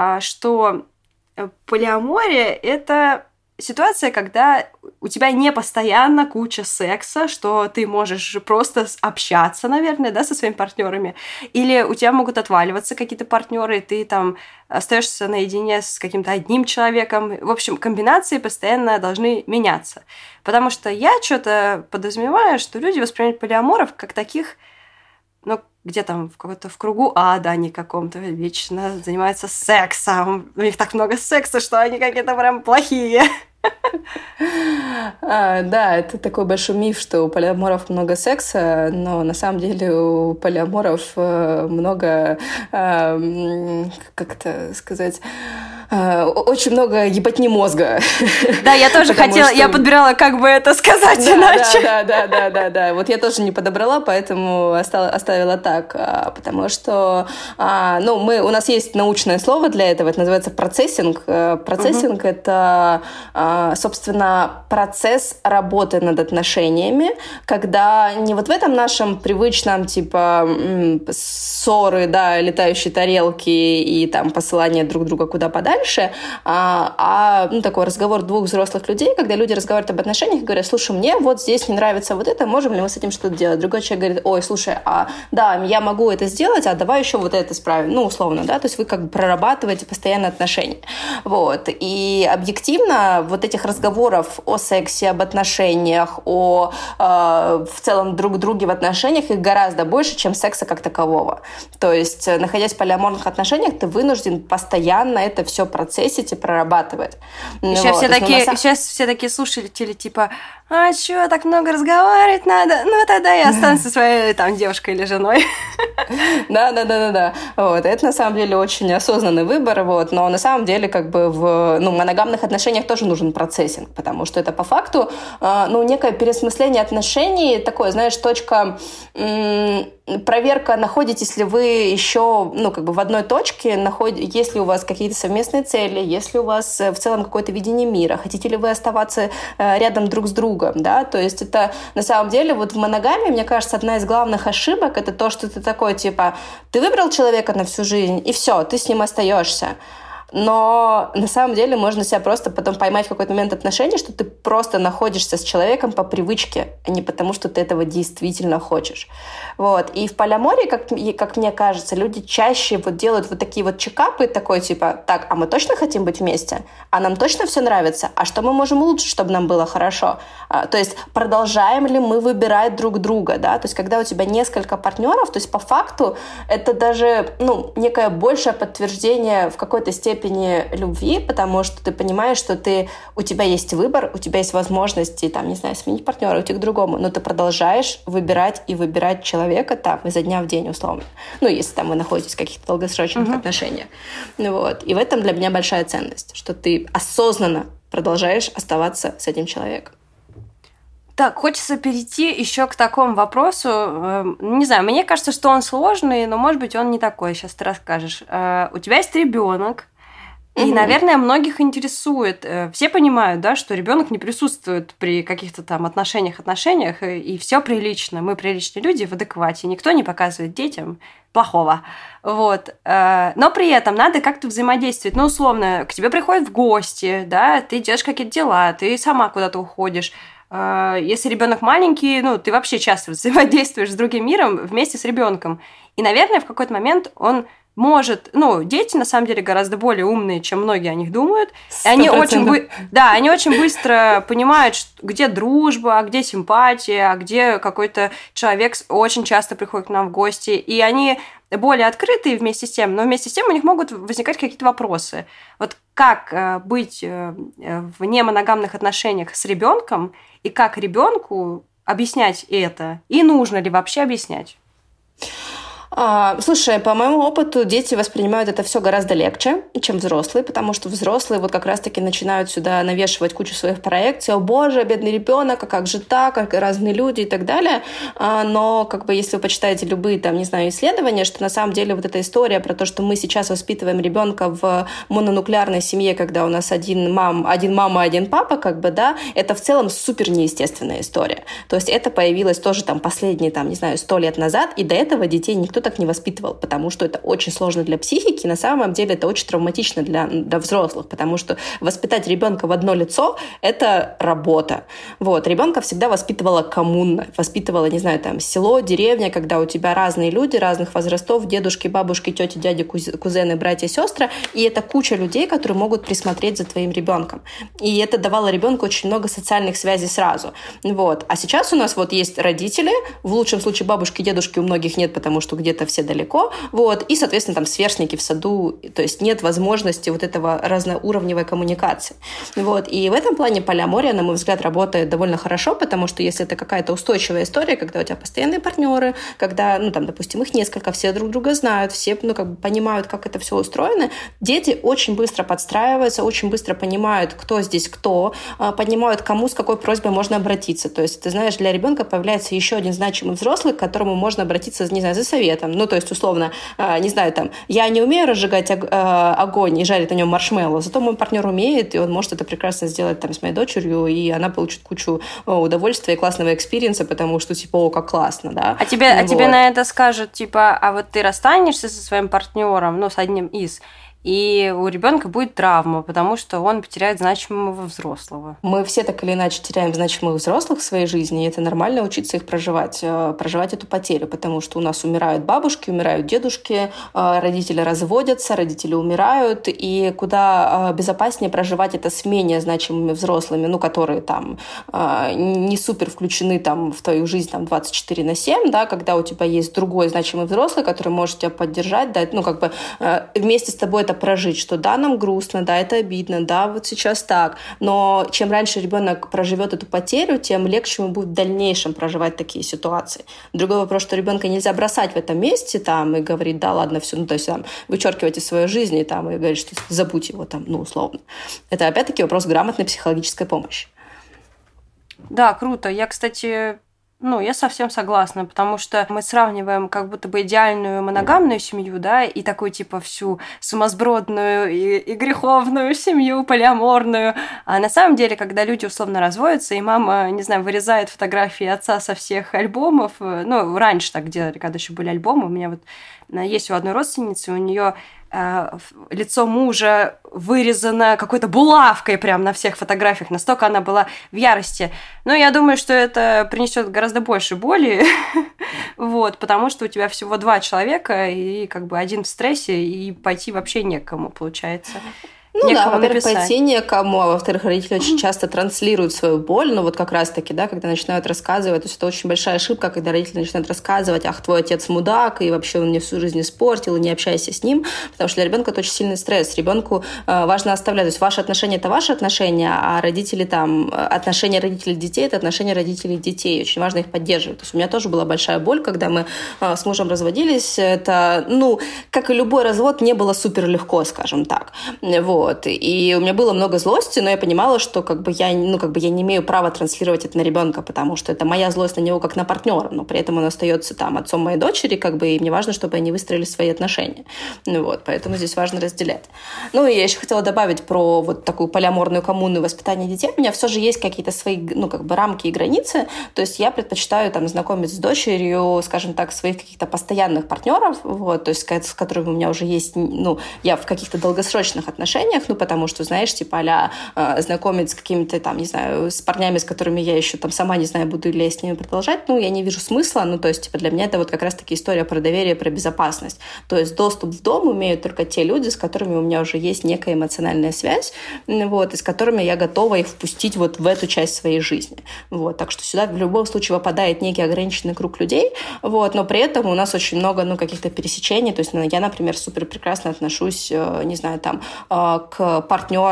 что полиамория – это ситуация, когда у тебя не постоянно куча секса, что ты можешь просто общаться, наверное, да, со своими партнерами, или у тебя могут отваливаться какие-то партнеры, и ты там остаешься наедине с каким-то одним человеком. В общем, комбинации постоянно должны меняться. Потому что я что-то подразумеваю, что люди воспринимают полиаморов как таких, ну, где там в кругу ада они каком-то вечно занимаются сексом. У них так много секса, что они какие-то прям плохие. Да, это такой большой миф, что у полиаморов много секса, но на самом деле у полиаморов много, как это сказать, очень много ебатни мозга. Да, я тоже хотела, я подбирала, как бы это сказать иначе. Да. Вот я тоже не подобрала, поэтому оставила так, потому что у нас есть научное слово для этого, это называется процессинг. Процессинг — это, собственно, процесс работы над отношениями, когда не вот в этом нашем привычном, типа, ссоры, да, летающие тарелки и там посылание друг друга куда подальше, такой разговор двух взрослых людей, когда люди разговаривают об отношениях и говорят: слушай, мне вот здесь не нравится вот это, можем ли мы с этим что-то делать? Другой человек говорит: ой, слушай, да, я могу это сделать, а давай еще вот это исправим. Условно, да, то есть вы как бы прорабатываете постоянно отношения. Вот. И объективно вот этих разговоров о сексе, об отношениях, в целом друг друге в отношениях, их гораздо больше, чем секса как такового. То есть, находясь в полиаморных отношениях, ты вынужден постоянно это все процессить и прорабатывать. Сейчас все такие слушатели, типа: а что, так много разговаривать надо? Ну, тогда я останусь со своей там девушкой или женой. Да. Вот. Это на самом деле очень осознанный выбор, вот. Но на самом деле как бы в моногамных отношениях тоже нужен процессинг, потому что это по факту некое переосмысление отношений, такое, знаешь, точка проверка, находитесь ли вы еще в одной точке, есть ли у вас какие-то совместные цели, есть ли у вас в целом какое-то видение мира, хотите ли вы оставаться рядом друг с другом, да, то есть это на самом деле вот в моногамии, мне кажется, одна из главных ошибок — это то, что ты такой, типа, ты выбрал человека на всю жизнь, и все, ты с ним остаешься. Но на самом деле можно себя просто потом поймать в какой-то момент отношений, что ты просто находишься с человеком по привычке, а не потому, что ты этого действительно хочешь. Вот. И в полиамории, как мне кажется, люди чаще вот делают вот такие вот чекапы, такой типа: так, а мы точно хотим быть вместе? А нам точно все нравится? А что мы можем улучшить, чтобы нам было хорошо? То есть продолжаем ли мы выбирать друг друга, да? То есть когда у тебя несколько партнеров, то есть по факту это даже некое большее подтверждение в какой-то степени любви, потому что ты понимаешь, что у тебя есть выбор, у тебя есть возможности, там, не знаю, сменить партнера, уйти к другому, но ты продолжаешь выбирать и выбирать человека там изо дня в день, условно. Если там вы находитесь в каких-то долгосрочных отношениях. Вот. И в этом для меня большая ценность, что ты осознанно продолжаешь оставаться с этим человеком. Так, хочется перейти еще к такому вопросу. Не знаю, мне кажется, что он сложный, но, может быть, он не такой. Сейчас ты расскажешь. У тебя есть ребенок, и, наверное, многих интересует. Все понимают, да, что ребенок не присутствует при каких-то там отношениях, и все прилично. Мы приличные люди в адеквате. Никто не показывает детям плохого. Вот. Но при этом надо как-то взаимодействовать. Условно, к тебе приходят в гости, да, ты делаешь какие-то дела, ты сама куда-то уходишь. Если ребенок маленький, ты вообще часто взаимодействуешь с другим миром вместе с ребенком. И, наверное, в какой-то момент он может... дети, на самом деле, гораздо более умные, чем многие о них думают. И они очень быстро понимают, где дружба, а где симпатия, а где какой-то человек очень часто приходит к нам в гости. И они более открытые вместе с тем, но вместе с тем у них могут возникать какие-то вопросы. Вот как быть в немоногамных отношениях с ребенком и как ребенку объяснять это? И нужно ли вообще объяснять? Слушай, по моему опыту, дети воспринимают это все гораздо легче, чем взрослые, потому что взрослые вот как раз-таки начинают сюда навешивать кучу своих проекций. О боже, бедный ребенок, а как же так, как разные люди и так далее. Но если вы почитаете любые, там, не знаю, исследования, что на самом деле вот эта история про то, что мы сейчас воспитываем ребенка в мононуклеарной семье, когда у нас один мама, один папа, это в целом супер неестественная история. То есть это появилось тоже там последние, там, не знаю, 100 лет назад, и до этого детей никто так не воспитывал, потому что это очень сложно для психики, на самом деле это очень травматично для взрослых, потому что воспитать ребенка в одно лицо — это работа. Вот. Ребенка всегда воспитывала коммуна, воспитывала, не знаю, там, село, деревня, когда у тебя разные люди, разных возрастов, дедушки, бабушки, тети, дяди, кузены, братья, сестры, и это куча людей, которые могут присмотреть за твоим ребенком. И это давало ребенку очень много социальных связей сразу. Вот. А сейчас у нас вот есть родители, в лучшем случае бабушки, дедушки у многих нет, потому что где где-то все далеко, вот, и, соответственно, там сверстники в саду, то есть нет возможности вот этого разноуровневой коммуникации. Вот, и в этом плане полиамория, на мой взгляд, работает довольно хорошо, потому что если это какая-то устойчивая история, когда у тебя постоянные партнеры, когда, ну, там, допустим, их несколько, все друг друга знают, все, ну, как бы понимают, как это все устроено, дети очень быстро подстраиваются, очень быстро понимают, кто здесь кто, понимают, кому с какой просьбой можно обратиться. То есть, ты знаешь, для ребенка появляется еще один значимый взрослый, к которому можно обратиться, не знаю, за советом. Ну, то есть, условно, не знаю, там, я не умею разжигать огонь и жарить на нем маршмеллоу, зато мой партнер умеет, и он может это прекрасно сделать там с моей дочерью, и она получит кучу удовольствия и классного экспириенса, потому что, типа, о, как классно, да. А тебе на это скажут, типа, а вот ты расстанешься со своим партнером, ну, с одним из, и у ребенка будет травма, потому что он потеряет значимого взрослого. Мы все так или иначе теряем значимых взрослых в своей жизни, и это нормально учиться их проживать эту потерю, потому что у нас умирают бабушки, умирают дедушки, родители разводятся, родители умирают, и куда безопаснее проживать это с менее значимыми взрослыми, ну, которые там не супер включены там в твою жизнь там 24/7, да, когда у тебя есть другой значимый взрослый, который может тебя поддержать, да, ну, как бы вместе с тобой это прожить, что да, нам грустно, да, это обидно, да, вот сейчас так, но чем раньше ребенок проживет эту потерю, тем легче ему будет в дальнейшем проживать такие ситуации. Другой вопрос, что ребенка нельзя бросать в этом месте там и говорить, да, ладно, все, ну, то есть там вычеркивать из своей жизни там и говорить, что забудь его там, ну, условно. Это опять-таки вопрос грамотной психологической помощи. Да, круто. Я, кстати, я совсем согласна, потому что мы сравниваем как будто бы идеальную моногамную семью, да, и такую, типа, всю сумасбродную и греховную семью, полиаморную. А на самом деле, когда люди условно разводятся, и мама, не знаю, вырезает фотографии отца со всех альбомов, ну, раньше так делали, когда еще были альбомы, у меня вот есть у одной родственницы, у нее лицо мужа вырезано какой-то булавкой прям на всех фотографиях. Настолько она была в ярости. Но я думаю, что это принесет гораздо больше боли, вот, потому что у тебя всего 2 человека, и как бы один в стрессе, и пойти вообще некому, получается. Ну некому да, во-первых, написать. пойти некому, а во-вторых, родители очень часто транслируют свою боль, ну вот как раз-таки, да, когда начинают рассказывать, то есть это очень большая ошибка, когда родители начинают рассказывать, ах, твой отец мудак, и вообще он мне всю жизнь испортил, и не общайся с ним, потому что для ребенка это очень сильный стресс. Ребенку важно оставлять, то есть ваши отношения – это ваши отношения, а родители там, отношения родителей детей – это отношения родителей детей, очень важно их поддерживать. То есть у меня тоже была большая боль, когда мы с мужем разводились, это, ну, как и любой развод, не было супер легко, скажем так, вот. И у меня было много злости, но я понимала, что я не имею права транслировать это на ребенка, потому что это моя злость на него как на партнера, но при этом он остается там отцом моей дочери, и мне важно, чтобы они выстроили свои отношения. Вот, поэтому здесь важно разделять. Ну, и я еще хотела добавить про вот такую полиаморную коммуну и воспитание детей. У меня все же есть какие-то свои, рамки и границы, то есть я предпочитаю там знакомить с дочерью, скажем так, своих каких-то постоянных партнеров, вот, то есть с которыми у меня уже есть, я в каких-то долгосрочных отношениях, потому что, знаешь, типа а-ля знакомить с какими-то там, не знаю, с парнями, с которыми я еще там сама не знаю, буду ли я с ними продолжать, я не вижу смысла, то есть, типа, для меня это вот как раз-таки история про доверие, про безопасность. То есть доступ в дом имеют только те люди, с которыми у меня уже есть некая эмоциональная связь, вот, и с которыми я готова их впустить вот в эту часть своей жизни. Вот, так что сюда в любом случае попадает некий ограниченный круг людей, вот, но при этом у нас очень много, каких-то пересечений, то есть я, например, супер прекрасно отношусь, не знаю, там, к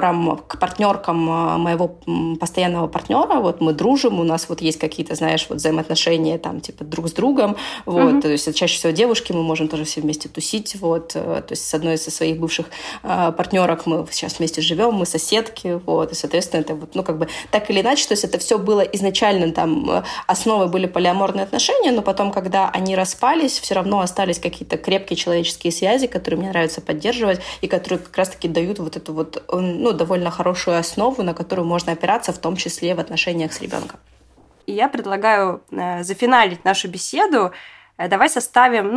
партнеркам моего постоянного партнера. Вот мы дружим, у нас вот есть какие-то, знаешь, вот взаимоотношения там типа друг с другом. Вот, то есть чаще всего девушки, мы можем тоже все вместе тусить. Вот, то есть с одной из своих бывших партнерок мы сейчас вместе живем, мы соседки. Вот, и, соответственно, это вот, так или иначе, то есть это все было изначально там основой были полиаморные отношения, но потом, когда они распались, все равно остались какие-то крепкие человеческие связи, которые мне нравится поддерживать и которые как раз-таки дают вот эту вот, довольно хорошую основу, на которую можно опираться, в том числе в отношениях с ребенком. И я предлагаю зафиналить нашу беседу. Давай составим,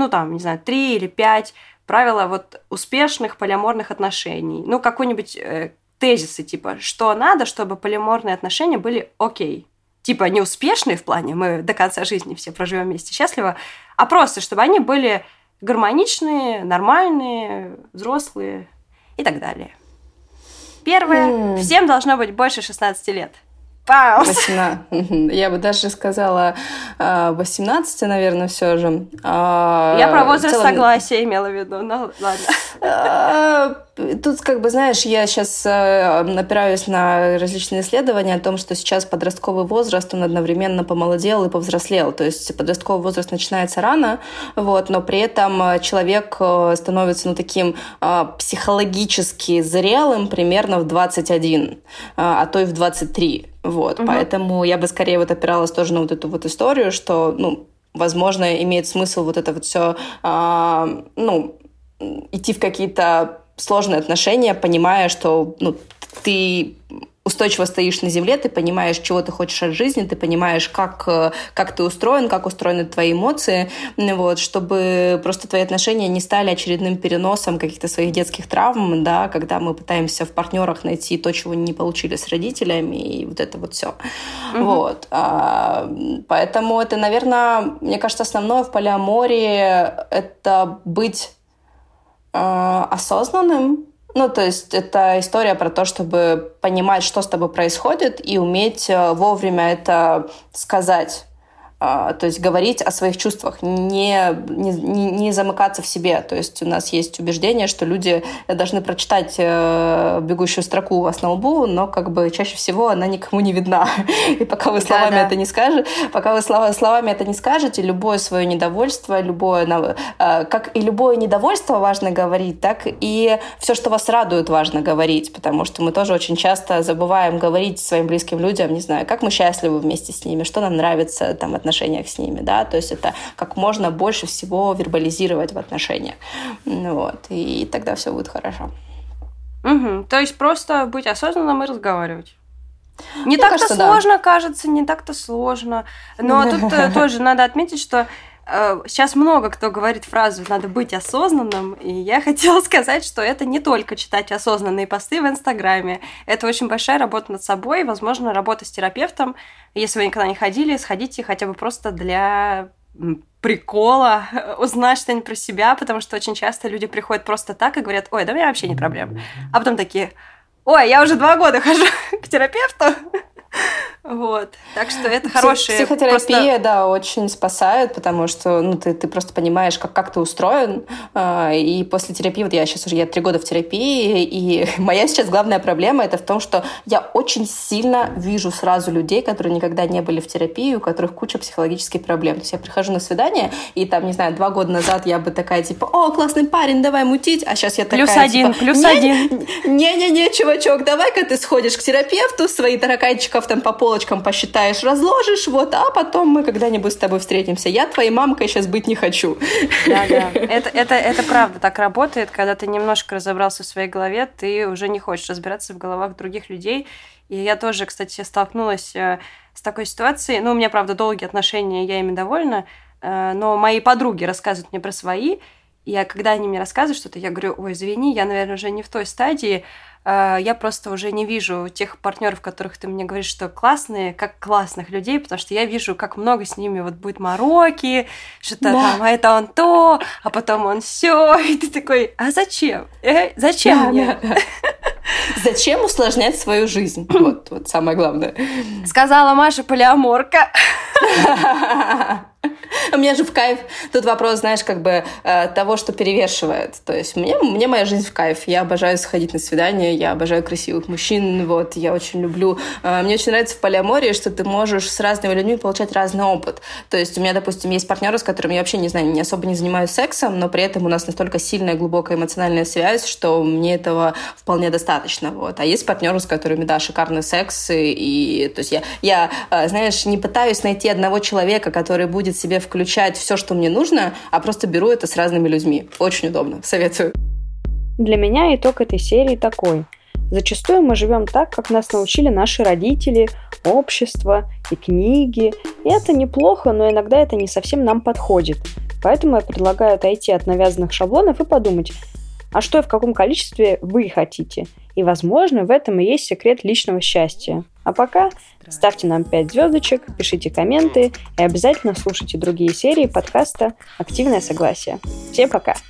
3 или 5 правила вот успешных полиаморных отношений. Какой-нибудь тезисы, типа, что надо, чтобы полиаморные отношения были окей. Типа, не успешные в плане, мы до конца жизни все проживем вместе счастливо, а просто, чтобы они были гармоничные, нормальные, взрослые и так далее. Первое. Всем должно быть больше 16 лет. Я бы даже сказала 18, наверное, все же. Я про возраст согласия имела в виду, ну ладно. Тут, как бы, знаешь, я сейчас опираюсь на различные исследования о том, что сейчас подростковый возраст, он одновременно помолодел и повзрослел. То есть подростковый возраст начинается рано, вот, но при этом человек становится таким психологически зрелым примерно в 21, а то и в 23. Вот, поэтому я бы скорее вот опиралась тоже на вот эту вот историю, что, возможно, имеет смысл вот это вот все, идти в какие-то сложные отношения, понимая, что ты устойчиво стоишь на земле, ты понимаешь, чего ты хочешь от жизни, ты понимаешь, как ты устроен, как устроены твои эмоции, вот, чтобы просто твои отношения не стали очередным переносом каких-то своих детских травм, да, когда мы пытаемся в партнерах найти то, чего не получили с родителями, и вот это вот все. Вот. Поэтому это, наверное, мне кажется, основное в полиамории — это быть осознанным. То есть это история про то, чтобы понимать, что с тобой происходит, и уметь вовремя это сказать. То есть говорить о своих чувствах, не замыкаться в себе. То есть у нас есть убеждение, что люди должны прочитать бегущую строку у вас на лбу, но как бы чаще всего она никому не видна. И пока вы словами это не скажете, любое свое недовольство, как и любое недовольство важно говорить, так и все, что вас радует, важно говорить, потому что мы тоже очень часто забываем говорить своим близким людям, не знаю, как мы счастливы вместе с ними, что нам нравится там отношениях с ними, да, то есть это как можно больше всего вербализировать в отношениях, вот, и тогда все будет хорошо. То есть просто быть осознанным и разговаривать. Не так-то сложно, кажется, не так-то сложно, но тут тоже надо отметить, что сейчас много кто говорит фразу «надо быть осознанным», и я хотела сказать, что это не только читать осознанные посты в Инстаграме. Это очень большая работа над собой, возможно, работа с терапевтом. Если вы никогда не ходили, сходите хотя бы просто для прикола, узнать что-нибудь про себя, потому что очень часто люди приходят просто так и говорят: «Ой, да у меня вообще не проблема». А потом такие: «Ой, я уже 2 года хожу к терапевту». Вот. Так что это хорошая... Психотерапия, да, очень спасает, потому что ты просто понимаешь, как ты устроен. И после терапии, вот я 3 года в терапии, и моя сейчас главная проблема — это в том, что я очень сильно вижу сразу людей, которые никогда не были в терапии, у которых куча психологических проблем. То есть я прихожу на свидание, и там, не знаю, 2 года назад я бы такая, типа: «О, классный парень, давай мутить», а сейчас я такая, +1. Не-не-не, чувачок, давай-ка ты сходишь к терапевту, свои тараканчиков там по полочкам посчитаешь, разложишь, вот, а потом мы когда-нибудь с тобой встретимся. Я твоей мамкой сейчас быть не хочу. Да. Это правда так работает, когда ты немножко разобрался в своей голове, ты уже не хочешь разбираться в головах других людей. И я тоже, кстати, столкнулась с такой ситуацией. У меня, правда, долгие отношения, я ими довольна, но мои подруги рассказывают мне про свои, и когда они мне рассказывают что-то, я говорю: «Ой, извини, я, наверное, уже не в той стадии, я просто уже не вижу тех партнеров, которых ты мне говоришь, что классные, как классных людей, потому что я вижу, как много с ними вот будет мороки, что-то там, а это он то, а потом он сё, и ты такой: а зачем? Зачем мне?» Зачем усложнять свою жизнь? Вот самое главное. Сказала Маша полиаморка. У меня же в кайф. Тут вопрос, знаешь, как бы того, что перевешивает. То есть мне моя жизнь в кайф. Я обожаю сходить на свидание, я обожаю красивых мужчин, вот, я очень люблю. Мне очень нравится в полиамории, что ты можешь с разными людьми получать разный опыт. То есть у меня, допустим, есть партнеры, с которыми я вообще, не знаю, не особо не занимаюсь сексом, но при этом у нас настолько сильная, глубокая эмоциональная связь, что мне этого вполне достаточно. Вот. А есть партнеры, с которыми, да, шикарный секс, и то есть я, знаешь, не пытаюсь найти одного человека, который будет себе включать все, что мне нужно, а просто беру это с разными людьми. Очень удобно. Советую. Для меня итог этой серии такой. Зачастую мы живем так, как нас научили наши родители, общество и книги. И это неплохо, но иногда это не совсем нам подходит. Поэтому я предлагаю отойти от навязанных шаблонов и подумать, а что и в каком количестве вы хотите. И, возможно, в этом и есть секрет личного счастья. А пока ставьте нам 5 звездочек, пишите комменты и обязательно слушайте другие серии подкаста «Активное согласие». Всем пока!